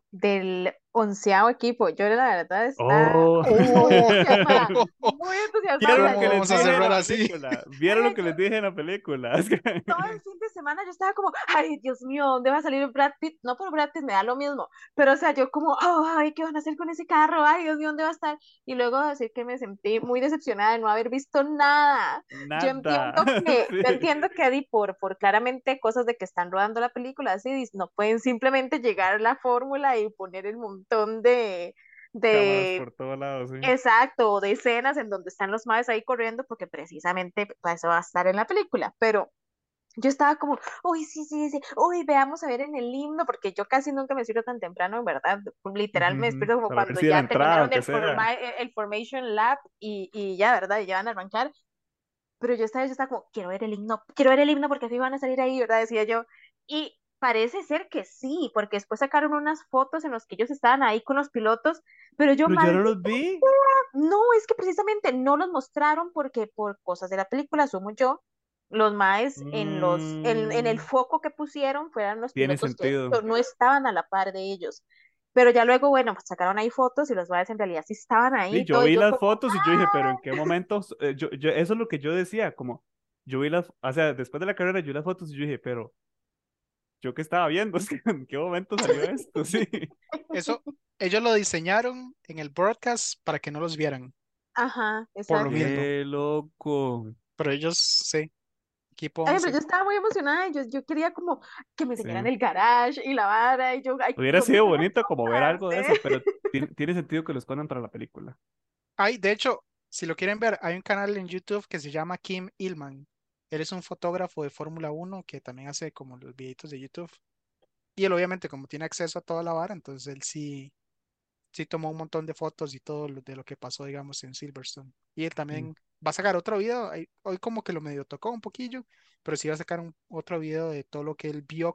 del 11.º equipo. Yo la verdad está Oh, muy ¡Oh! entusiasmada, muy entusiasmada. O ¿vieron sea, lo ¿Cómo que yo les vamos a dije en cerrar la así? película? ¿Vieron lo mae, que les dije en la película? Es que- todo el fin de semana yo estaba como, ay, Dios mío, ¿dónde va a salir Brad Pitt? No, por Brad Pitt me da lo mismo, pero o sea, yo como, oh, ay, ¿qué van a hacer con ese carro? Ay, Dios mío, ¿dónde va a estar? Y luego decir que me sentí muy decepcionada de no haber visto nada. Nada. Yo Sí. entiendo que di por claramente cosas de que están rodando la película, así, no pueden simplemente llegar a la fórmula y poner el montón Cámaras de por todos lados, sí. exacto, o de escenas en donde están los maes ahí corriendo, porque precisamente para eso va a estar en la película, pero yo estaba como, uy, sí, sí, sí, uy, veamos a ver en el himno, porque yo casi nunca me despierto tan temprano, en verdad, literal Ujú, me ujú. despierto como Para ver cuando si la ya entrada, terminaron aunque sea. el Formation Lab y ya, ¿verdad? Y ya van a arrancar, pero yo estaba como, quiero ver el himno porque así van a salir ahí, ¿verdad? Decía yo, y parece ser que sí, porque después sacaron unas fotos en las que ellos estaban ahí con los pilotos, pero yo, Pero yo no maldita, los vi. no, es que precisamente no los mostraron porque por cosas de la película, asumo yo, los maes en el Mm, foco que pusieron fueran los tiene pilotos que sentido. no estaban a la par de ellos. Pero ya luego, bueno, pues sacaron ahí fotos y los maes en realidad sí estaban ahí Sí, y yo todo, y vi yo las como, fotos y yo dije, pero ¿en qué momentos? Eso es lo que yo decía, como, yo vi las, o sea, después de la carrera yo vi las fotos y yo dije, pero, ¿yo qué estaba viendo? Es que, ¿en qué momento salió esto? Sí. Eso, ellos lo diseñaron en el broadcast para que no los vieran, ajá, por lo exacto. mismo. Qué loco. Pero ellos, sí, equipo Ay, pero 11. yo estaba muy emocionada y yo quería como que me Sí. enseñaran el garage y la vara y yo, ay, Hubiera ¿dónde sido están las bonito como ver cosas? algo de eso, pero tiene sentido que lo escondan para la película. Ay, de hecho, si lo quieren ver, hay un canal en YouTube que se llama Kim Illman. Él es un fotógrafo de Fórmula Uno que también hace como los videitos de YouTube. Y él obviamente como tiene acceso a toda la vara, entonces él sí tomó un montón de fotos y todo de lo que pasó, digamos, en Silverstone. Y él Mm. también va a sacar otro video, hoy como que lo medio tocó un poquillo, pero sí va a sacar otro video de todo lo que él vio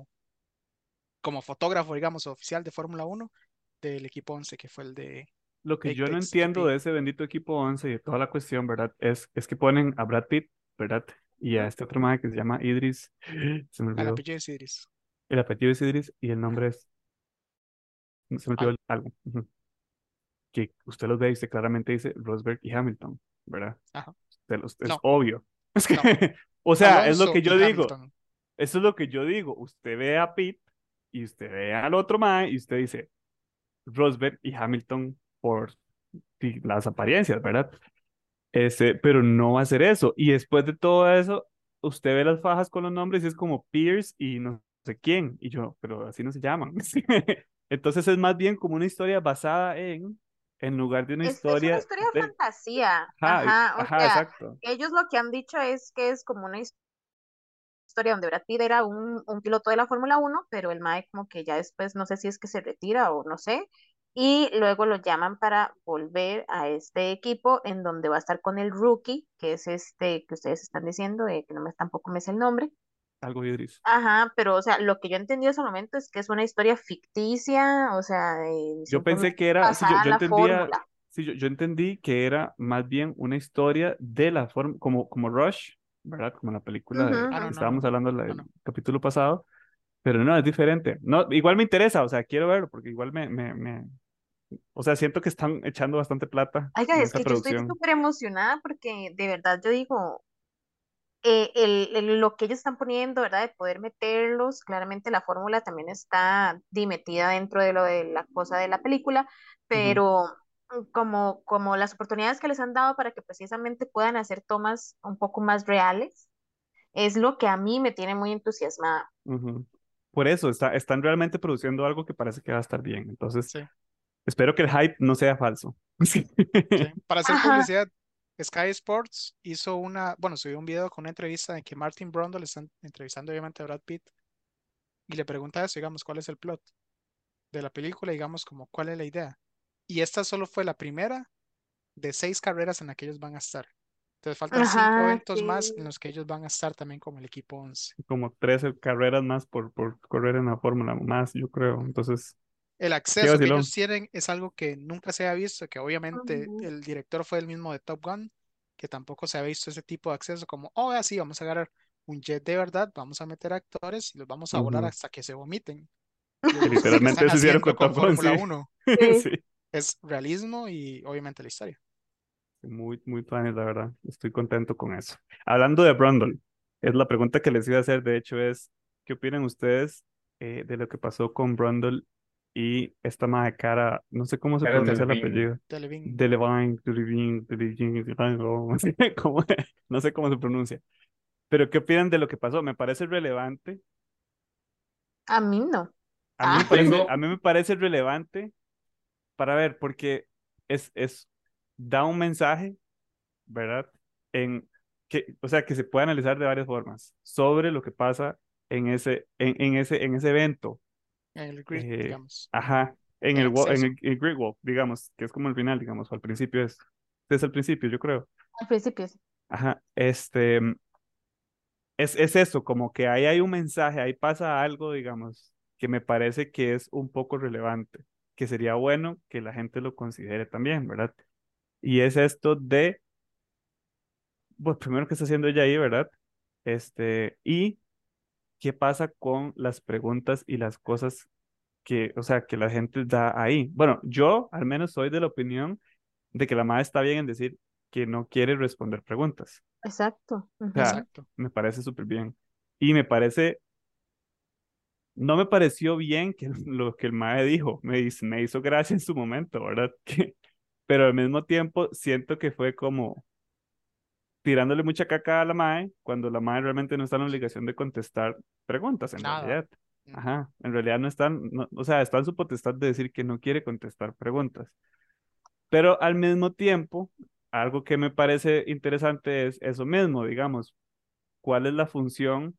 como fotógrafo, digamos, oficial de Fórmula Uno del equipo 11 que fue el de Lo que yo no Apex entiendo GP. de ese bendito equipo 11 y de toda la cuestión, ¿verdad? Es que ponen a Brad Pitt, ¿verdad? Y a Ujú. este otro man que se llama Idris, se me A la olvidó. PJ Series. El apellido es Idris y el nombre es, se me olvidó ¿Cuál? algo. Ujú. Que usted los ve y usted claramente dice Rosberg y Hamilton, ¿verdad? Ajá. Es No, obvio. Es que, no. o sea, es lo Alonso que yo y digo. Hamilton. Eso es lo que yo digo. Usted ve a Pitt y usted ve al otro man y usted dice Rosberg y Hamilton por sí, las apariencias, ¿verdad? Pero no va a ser eso. Y después de todo eso, usted ve las fajas con los nombres y es como Pierce y no sé quién. Y yo, pero así no se llaman. Sí. Entonces es más bien como una historia basada en lugar de una Es una historia historia de de... fantasía, Ajá, ajá, o ajá, sea, exacto. ellos lo que han dicho es que es como una historia donde Brad Pitt era un piloto de la Fórmula Uno, pero el Mae como que ya después no sé si es que se retira o no sé, y luego lo llaman para volver a este equipo en donde va a estar con el rookie, que es este que ustedes están diciendo, que no me tampoco me sé el nombre. Algo Idris. Ajá, pero o sea, lo que yo entendí hasta el momento es que es una historia ficticia, o sea, Yo pensé simplemente que era, sí, basada en yo la entendía, fórmula. sí, yo entendí que era más bien una historia de la forma, como Rush, ¿verdad? Como la película Ujú, de, Ah, ujú. no, que no, no. estábamos hablando No, el no. capítulo pasado, pero no, es diferente. No, igual me interesa, o sea, quiero verlo, porque igual o sea, siento que están echando bastante plata Oiga, en es esa que yo estoy producción. súper emocionada porque de verdad yo digo, lo que ellos están poniendo, ¿verdad? De poder meterlos, claramente la fórmula también está metida dentro de lo de la cosa de la película, Ujú, pero como las oportunidades que les han dado para que precisamente puedan hacer tomas un poco más reales, es lo que a mí me tiene muy entusiasmada. ujú. Por eso, están realmente produciendo algo que parece que va a estar bien. Entonces, Sí, espero que el hype no sea falso. Sí. sí. Para hacer Ajá, publicidad, Sky Sports hizo bueno, subió un video con una entrevista en que Martin Brundle está entrevistando obviamente a Brad Pitt y le pregunta eso, digamos, cuál es el plot de la película, digamos, como cuál es la idea. Y esta solo fue la primera de 6 carreras en las que ellos van a estar. Entonces faltan 5 eventos más en sí. los que ellos van a estar también como el equipo 11. Como 13 carreras más por correr en la fórmula, más, yo creo. Entonces, El qué acceso que ellos vacilón. tienen es algo que nunca se ha visto, que obviamente Ujú, el director fue el mismo de Top Gun, que tampoco se ha visto ese tipo de acceso como, oh, así vamos a agarrar un jet de verdad, vamos a meter actores y los vamos a volar Ujú. hasta que se vomiten. Y lo que Literalmente están eso hicieron haciendo con con Top Gun, Fórmula sí. Uno Sí. Sí. es realismo y obviamente la historia. Muy, muy tuanis, la verdad. Estoy contento con eso. Hablando de Brundle, es la pregunta que les iba a hacer, de hecho, es, ¿qué opinan ustedes de lo que pasó con Brundle y esta madre cara, no sé cómo se Cara pronuncia el Delevingne. apellido? Delevingne. Delevingne, no sé cómo se pronuncia. Pero ¿qué opinan de lo que pasó? Me parece relevante. A mí no. Yo Ah, tengo, A mí me parece relevante para ver, porque da un mensaje, ¿verdad? O sea, que se puede analizar de varias formas sobre lo que pasa en ese evento. En el grid, eh, digamos. ajá, El acceso. el Great Wall, digamos, que es como el final, digamos, o al principio es el principio, yo creo. al principio sí. Ajá, es eso, como que ahí hay un mensaje, ahí pasa algo, digamos, que me parece que es un poco relevante, que sería bueno que la gente lo considere también, ¿verdad? Y es esto de, pues primero que está haciendo ella ahí, ¿verdad? Y qué pasa con las preguntas y las cosas que, o sea, que la gente da ahí. Bueno, yo al menos soy de la opinión de que la madre está bien en decir que no quiere responder preguntas. Exacto. O sea, Ujú. Exacto. me parece súper bien. Y me parece, no me pareció bien que lo que el mae dijo, me hizo gracia en su momento, ¿verdad? Pero al mismo tiempo siento que fue como tirándole mucha caca a la mae cuando la mae realmente no está en la obligación de contestar preguntas en Nada. realidad. Ujú. Ajá, en realidad no están, o sea, está en su potestad de decir que no quiere contestar preguntas. Pero al mismo tiempo, algo que me parece interesante es eso mismo, digamos, ¿cuál es la función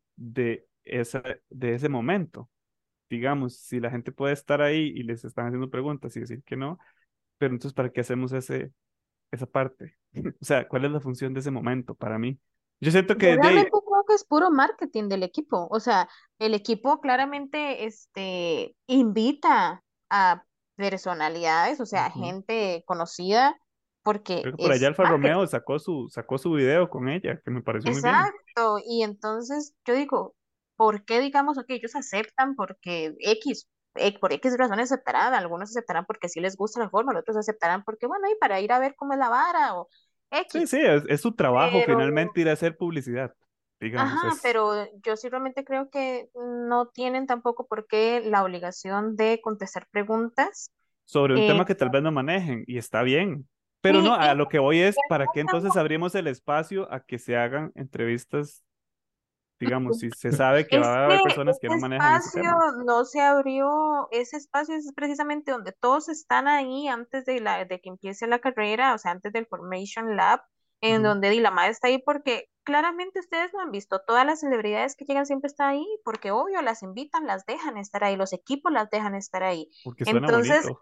de ese momento? Digamos, si la gente puede estar ahí y les están haciendo preguntas y decir que no, pero entonces, ¿para qué hacemos esa parte? O sea, ¿cuál es la función de ese momento para mí? Yo siento Yo que realmente creo que es puro marketing del equipo. O sea, el equipo claramente invita a personalidades, o sea, a ujú, gente conocida, porque creo que por allá es Alfa Romeo marketing. sacó su video con ella, que me pareció muy bien. Exacto. Y entonces yo digo, ¿por qué digamos, ok, ellos aceptan porque por X razones aceptarán, algunos aceptarán porque sí les gusta la forma, otros aceptarán porque, bueno, y para ir a ver cómo es la vara o Sí, X. sí, es su trabajo Pero finalmente ir a hacer publicidad, digamos, ajá, pero yo sí realmente creo que no tienen tampoco por qué la obligación de contestar preguntas. sobre un Eh, tema que tal vez no manejen y está bien. Pero no, sí, a lo que voy es, ¿para qué entonces y abrimos el espacio a que se hagan entrevistas, digamos, si se sabe que es va a que haber personas que ese no manejan ese espacio tema? no se abrió, ese espacio es precisamente donde todos están ahí antes de que empiece la carrera, o sea, antes del Formation Lab, en Ujú. donde Di la madre está ahí porque claramente ustedes lo han visto, todas las celebridades que llegan siempre están ahí, porque obvio las invitan, las dejan estar ahí, los equipos las dejan estar ahí. Porque suena Entonces, bonito.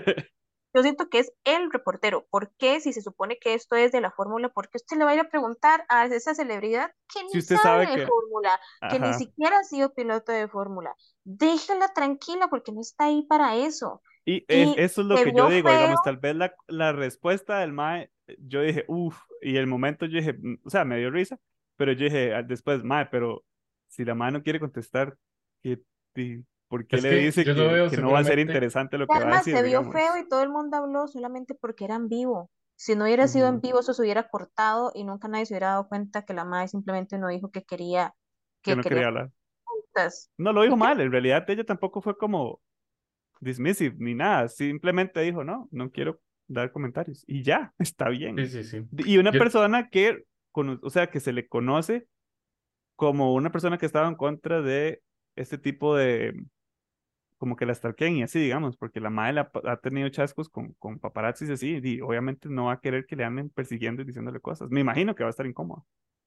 yo siento que es el reportero. ¿Por qué? Si se supone que esto es de la fórmula, ¿por qué usted le va a ir a preguntar a esa celebridad que Si ni usted sabe sabe de que, fórmula, que ni ajá. siquiera ha sido piloto de fórmula? Déjela tranquila porque no está ahí para eso. Y Y eso es lo se que yo vio digo, feo, digamos, tal vez la respuesta del mae, yo dije, uff, y el momento yo dije, o sea, me dio risa, pero yo dije después, mae, pero si la mae no quiere contestar, ¿qué, ¿por qué es le que dice yo lo veo que no va a ser seguramente, interesante lo y que va a además decir, se vio feo digamos, y todo el mundo habló solamente porque era en vivo. Si no hubiera sido en ujú, vivo, eso se hubiera cortado y nunca nadie se hubiera dado cuenta que la madre simplemente no dijo que que no quería quería hablar? preguntas. No lo Y dijo que mal, en realidad ella tampoco fue como dismissive ni nada, simplemente dijo, no, no quiero dar comentarios y ya, está sí, bien. sí, sí. Y una Yo, persona que, o sea, que se le conoce como una persona que estaba en contra de este tipo de, como que la stalkean y así, digamos, porque la madre ha tenido chascos con paparazzis así, y obviamente no va a querer que le anden persiguiendo y diciéndole cosas. Me imagino que va a estar incómodo.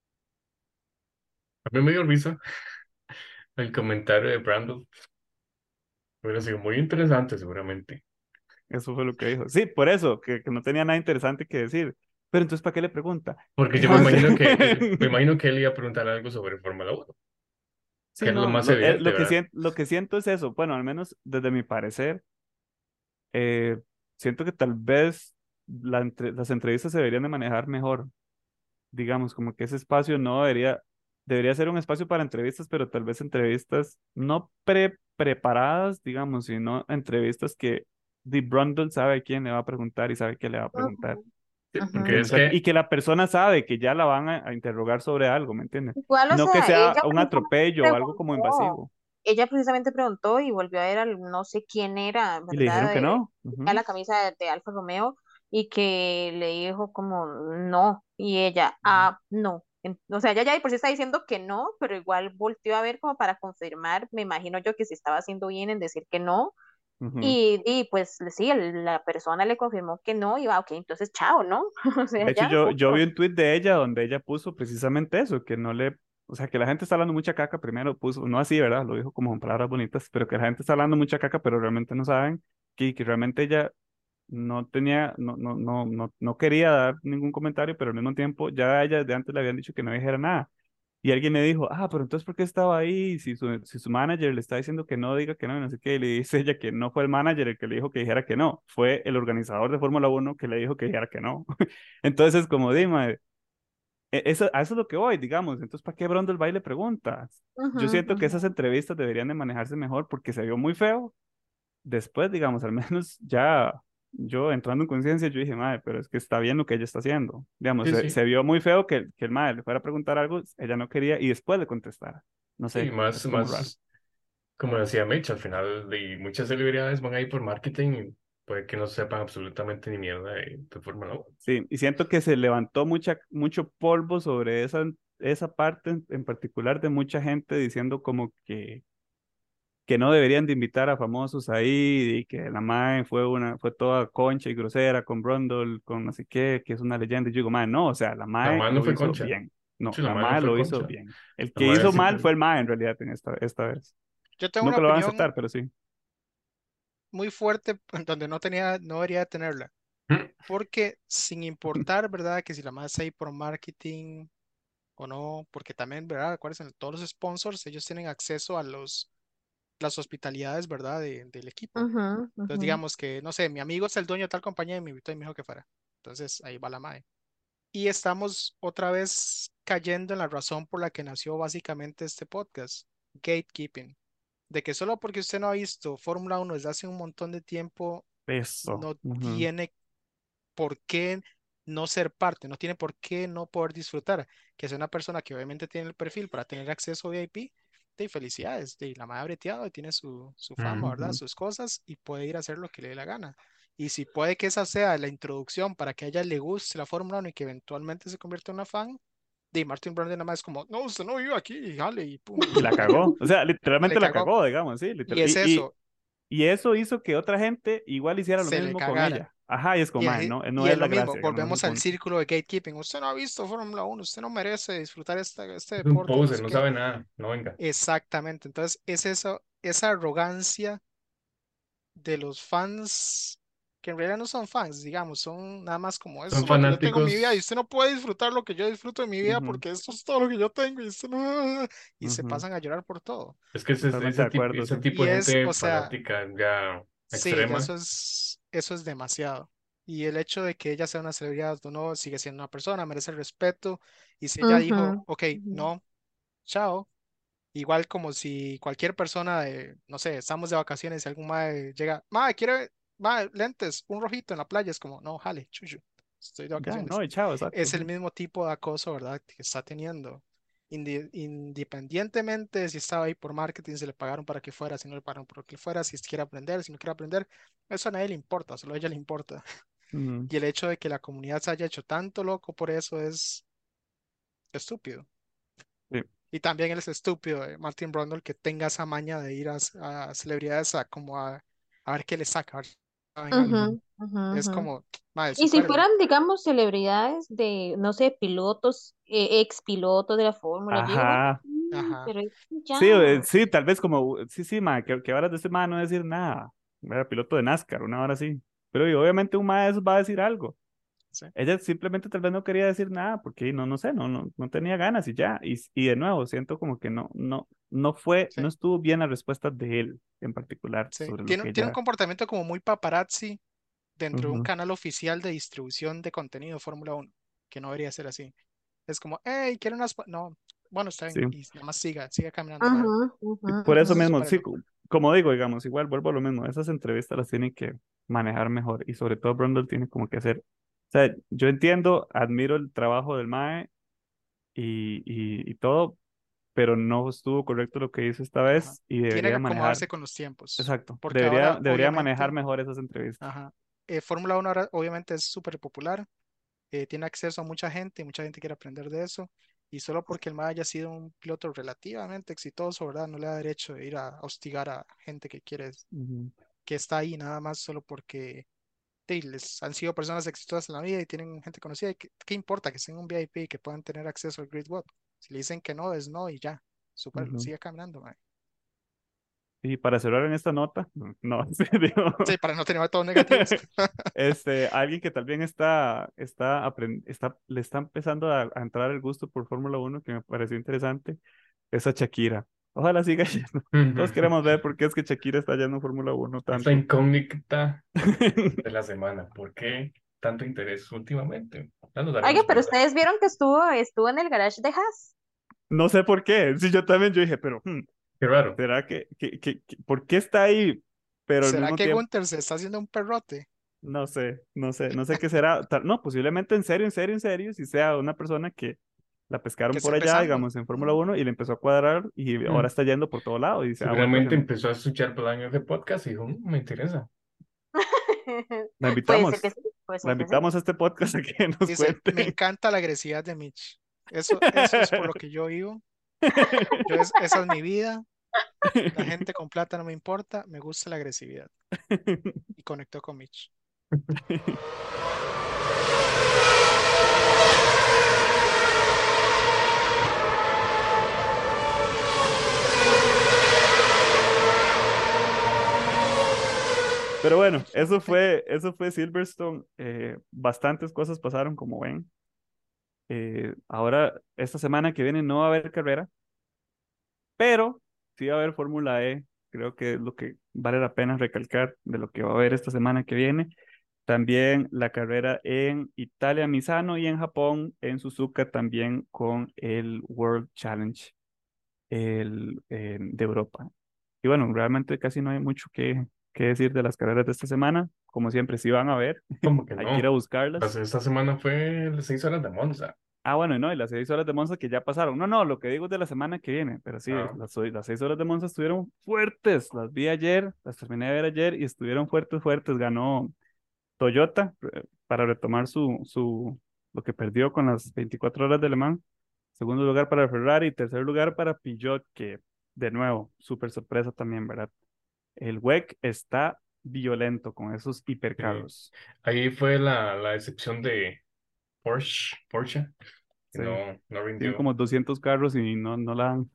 a mí me dio risa el comentario de Brandon. Hubiera sido muy interesante, seguramente. Eso fue lo que dijo. Sí, por eso, que no tenía nada interesante que decir. Pero entonces, ¿para qué le pregunta? Porque yo me Digamos, imagino me imagino que él iba a preguntar algo sobre Fórmula Uno, que sí, es lo no, más evidente, ¿verdad? lo que siento es eso. Bueno, al menos desde mi parecer, eh, siento que tal vez las entrevistas se deberían de manejar mejor, digamos, como que ese espacio no debería debería ser un espacio para entrevistas, pero tal vez entrevistas no preparadas, digamos, sino entrevistas que The Brundle sabe quién le va a preguntar y sabe qué le va a preguntar. Ujú, Sí, ujú. porque ¿Entiendes? es O sea, y que, que la persona sabe que ya la van a interrogar sobre algo, ¿me entiendes? Igual, o No que sea, sea un atropello o algo como invasivo. ella precisamente preguntó y volvió a ver al no sé quién era, Y le dijeron ¿verdad? que no. A Ujú, la camisa de Alfa Romeo y que le dijo como no, y ella, ujú, no. O sea, ella ya de por sí está diciendo que no, pero igual volteó a ver como para confirmar, me imagino yo que se estaba haciendo bien en decir que no, ujú. y pues sí, la persona le confirmó que no, y va, ok, entonces chao, ¿no? O sea, De hecho, ya, yo vi punto. un tweet de ella donde ella puso precisamente eso, que no le, o sea, que la gente está hablando mucha caca, primero puso, no así, ¿verdad? Lo dijo como en palabras bonitas, pero que la gente está hablando mucha caca, pero realmente no saben que realmente ella no tenía, no quería dar ningún comentario, pero al mismo tiempo ya a ella de antes le habían dicho que no dijera nada. Y alguien me dijo, pero entonces, ¿por qué estaba ahí? Si su manager le está diciendo que no, diga que no, y no sé qué. Y le dice ella que no fue el manager el que le dijo que dijera que no, fue el organizador de Fórmula 1 que le dijo que dijera que no. Entonces, como dime, a eso es lo que voy, digamos. Entonces, ¿para qué Brundle va y le pregunta? Ujú, Yo siento que ujú. esas entrevistas deberían de manejarse mejor porque se vio muy feo. Después, digamos, al menos ya yo entrando en conciencia, yo dije, madre, pero es que está bien lo que ella está haciendo. Digamos, sí, se sí, vio muy feo que el madre le fuera a preguntar algo, ella no quería y después le contestara. No sí, sé, más, es como raro. más, como decía Mitch, al final de muchas celebridades van ahí por marketing y puede que no sepan absolutamente ni mierda de Fórmula 1. Sí, y siento que se levantó mucho polvo sobre esa parte en particular de mucha gente diciendo como que no deberían de invitar a famosos ahí y que la Mae fue toda concha y grosera con Brundle, con no sé qué, que es una leyenda. Y yo digo, Mae, no, o sea, la La Mae madre no lo fue hizo concha. bien. No, Sí, la la madre no Mae fue lo hizo concha. bien. El La que madre hizo mal simple. fue el Mae en realidad en esta vez. Yo tengo una Nunca lo van a opinión aceptar, pero sí. muy fuerte donde no debería tenerla. Porque sin importar, ¿verdad? Que si la más ahí por marketing o no, porque también, ¿verdad? Acuérdense, todos los sponsors, ellos tienen acceso a las hospitalidades, ¿verdad? Del equipo. Ujú, Entonces, ujú, digamos que, no sé, mi amigo es el dueño de tal compañía y me invitó y me dijo que fuera. Entonces, ahí va la MAE. Y estamos otra vez cayendo en la razón por la que nació básicamente este podcast, gatekeeping. De que solo porque usted no ha visto Fórmula 1 desde hace un montón de tiempo, Eso. no Ujú, tiene por qué no ser parte, no tiene por qué no poder disfrutar. Que sea una persona que obviamente tiene el perfil para tener acceso a VIP, de felicidades, de la madre breteado y tiene su fama, ¿verdad? ujú. Sus cosas y puede ir a hacer lo que le dé la gana. Y si puede que esa sea la introducción para que a ella le guste la Fórmula 1 y que eventualmente se convierta en una fan, de Martin Brundle nada más es como, no, usted no vive aquí, y jale, y pum, Y la para allá. cagó. O sea, Y le literalmente la cagó. cagó, digamos, sí. Y es eso, Y eso hizo que otra gente igual hiciera lo se le mismo con cagara. ella. Ajá, y es como, Y, "Mae, así- no y es es lo la mismo, gracia, digamos, no es el volvemos al punto". círculo de gatekeeping. Usted no ha visto Fórmula 1, usted no merece disfrutar este Es un deporte, no poser, sé no qué. sabe nada. No venga. Exactamente. Entonces, es eso, esa arrogancia de los fans, que en realidad no son fans, digamos, son nada más como, Son esto es lo que yo tengo en mi vida y fanáticos. usted no puede disfrutar lo que yo disfruto de mi vida Ujú, porque esto es todo lo que yo tengo y usted no. Y se ujú. pasan a llorar por todo. Es que Totalmente de acuerdo, ese sí. tipo Y de gente o sea, fanática ya sí, ya extrema. eso es demasiado. Y el hecho de que ella sea una celebridad o no, sigue siendo una persona, merece el respeto. Y si ella dijo, ujú, ok, ujú. no, chao. Igual como si cualquier persona no sé, estamos de vacaciones y algún mae llega, mae, quiere, mae, lentes, un rojito en la playa, es como, no, jale, chuchu, estoy de Ya, vacaciones. no, y chao, exacto. Es el Ujú, mismo tipo de acoso, ¿verdad? Que está teniendo. Independientemente de si estaba ahí por marketing, si le pagaron para que fuera, si no le pagaron para que fuera, si quiere aprender, si no quiere aprender, eso a nadie le importa, solo a ella le importa. ujú, Y el hecho de que la comunidad se haya hecho tanto loco por eso es estúpido. sí. Y también él es estúpido, Martin Brundle, que tenga esa maña de ir a celebridades a ver qué le saca, a ver si saben algo. Ujú, Ujú, ujú, Es ujú. como, madre, Y si supérelo. fueran, digamos, celebridades de, no sé, pilotos, ex pilotos de la fórmula, yo digo, bueno, ajá. sí, Ajá, pero es que Sí, ya. sí, tal vez como, sí, sí, ma, que ahora de este ma no va a decir nada. Era piloto de NASCAR, una hora sí. Pero y obviamente un ma de esos va a decir algo. sí, Ella simplemente tal vez no quería decir nada porque no sé, no tenía ganas y ya. Y de nuevo, siento como que no sí, estuvo bien la respuesta de él en particular sí. sobre lo Tiene, que tiene un ella. comportamiento como muy paparazzi dentro de un Ujú, canal oficial de distribución de contenido de Fórmula 1, que no debería ser así. Es como, hey, quiero unas... No, bueno, está Sí. bien, y nada más siga caminando, mae. Ujú, Y ujú, por eso ujú. mismo, Súper sí, loco. como digo, digamos, igual vuelvo a lo mismo, esas entrevistas las tienen que manejar mejor y sobre todo Brundle tiene como que hacer, o sea, yo entiendo, admiro el trabajo del MAE y todo, pero no estuvo correcto lo que hizo esta Ajá. vez y Tiene que debería manejar, acomodarse con los tiempos, exacto, porque debería, ahora, debería manejar obviamente, mejor esas entrevistas. ajá, Fórmula 1 ahora obviamente es súper popular, tiene acceso a mucha gente quiere aprender de eso, y solo porque el MAE haya sido un piloto relativamente exitoso, ¿verdad? No le da derecho de ir a hostigar a gente que quiere, Ujú, que está ahí nada más solo porque sí, les han sido personas exitosas en la vida y tienen gente conocida. ¿Qué importa que sean un VIP y que puedan tener acceso al Grid Bot? Si le dicen que no, es no y ya. Supéralo, ujú. sigue caminando, mae. Y para cerrar en esta nota, no, en serio. Sí, para no tener todo negativos. Alguien que también le está empezando a entrar el gusto por Fórmula Uno que me pareció interesante, es a Shakira. Ojalá siga yendo. Todos queremos ver por qué es que Shakira está yendo en Fórmula Uno Es la tanto. incógnita de la semana. ¿Por qué tanto interés últimamente? Ya nos Oiga, daremos pero cuenta. ustedes vieron que estuvo en el garage de Haas. No sé por qué. Sí, yo también yo dije, pero Qué raro. ¿será por qué está ahí? Pero al ¿Será mismo que tiempo, Gunther se está haciendo un perrote? no sé qué será. No, posiblemente en serio, si sea una persona que la Que pescaron está por allá, empezando. digamos, en Fórmula Uno y le empezó a cuadrar y ahora Mm. está yendo por todo lado y se ha vuelto a Seguramente hacer. empezó a escuchar Bolaños de podcast y dijo, me interesa. La Puede ser que invitamos, sí, puede la ser que sí. invitamos a este podcast a que nos Dice, me cuente. encanta la agresividad de Mitch. Eso es por lo que yo vivo. Esa es mi vida. La gente con plata no me importa. Me gusta la agresividad. Y conectó con Mitch. Pero bueno, Definitivamente. eso fue Silverstone. Bastantes cosas pasaron, como ven. Ahora, esta semana que viene no va a haber carrera, pero sí va a haber Fórmula E. Creo que es lo que vale la pena recalcar de lo que va a haber esta semana que viene. También la carrera en Italia, Misano, y en Japón, en Suzuka, también con el World Challenge de Europa. Y bueno, realmente casi no hay mucho que decir de las carreras de esta semana. Como siempre, sí van a ver, ¿Cómo que hay que ir a no? buscarlas. Esta semana fue las 6 horas de Monza. Ah, bueno, y no, y las 6 horas de Monza que ya pasaron. No, no, lo que digo es de la semana que viene, pero sí, Ah, las 6 horas de Monza estuvieron fuertes. Las vi ayer, las terminé de ver ayer y estuvieron fuertes, fuertes. Ganó Toyota para retomar lo que perdió con las 24 horas de Le Mans. Segundo lugar para Ferrari y tercer lugar para Peugeot, que de nuevo, súper sorpresa también, ¿verdad? El WEC está violento con esos sí. hipercarros. Ahí fue la excepción de Porsche, que Sí, no tienen rindió. como 200 carros y no la dan.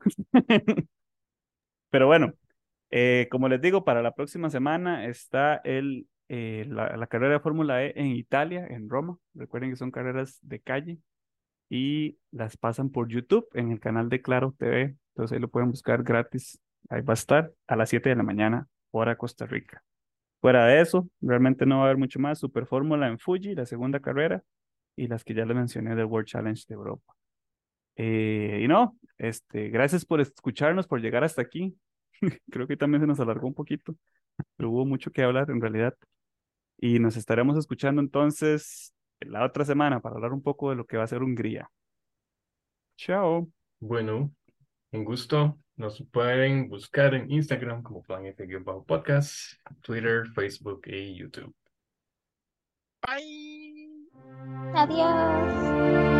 Pero bueno, como les digo, para la próxima semana está la carrera de Fórmula E en Italia, en Roma. Recuerden que son carreras de calle y las pasan por YouTube en el canal de Claro TV. Entonces ahí lo pueden buscar gratis. Ahí va a estar a las 7 de la mañana, hora Costa Rica. Fuera de eso, realmente no va a haber mucho más. Super Fórmula en Fuji, la segunda carrera, y las que ya les mencioné del World Challenge de Europa. Y no, gracias por escucharnos, por llegar hasta aquí. Creo que también se nos alargó un poquito, pero hubo mucho que hablar en realidad. Y nos estaremos escuchando entonces la otra semana para hablar un poco de lo que va a ser Hungría. Chao. Bueno, un gusto. Nos pueden buscar en Instagram como Plan F-Podcast, Twitter, Facebook y YouTube. Bye. Adiós.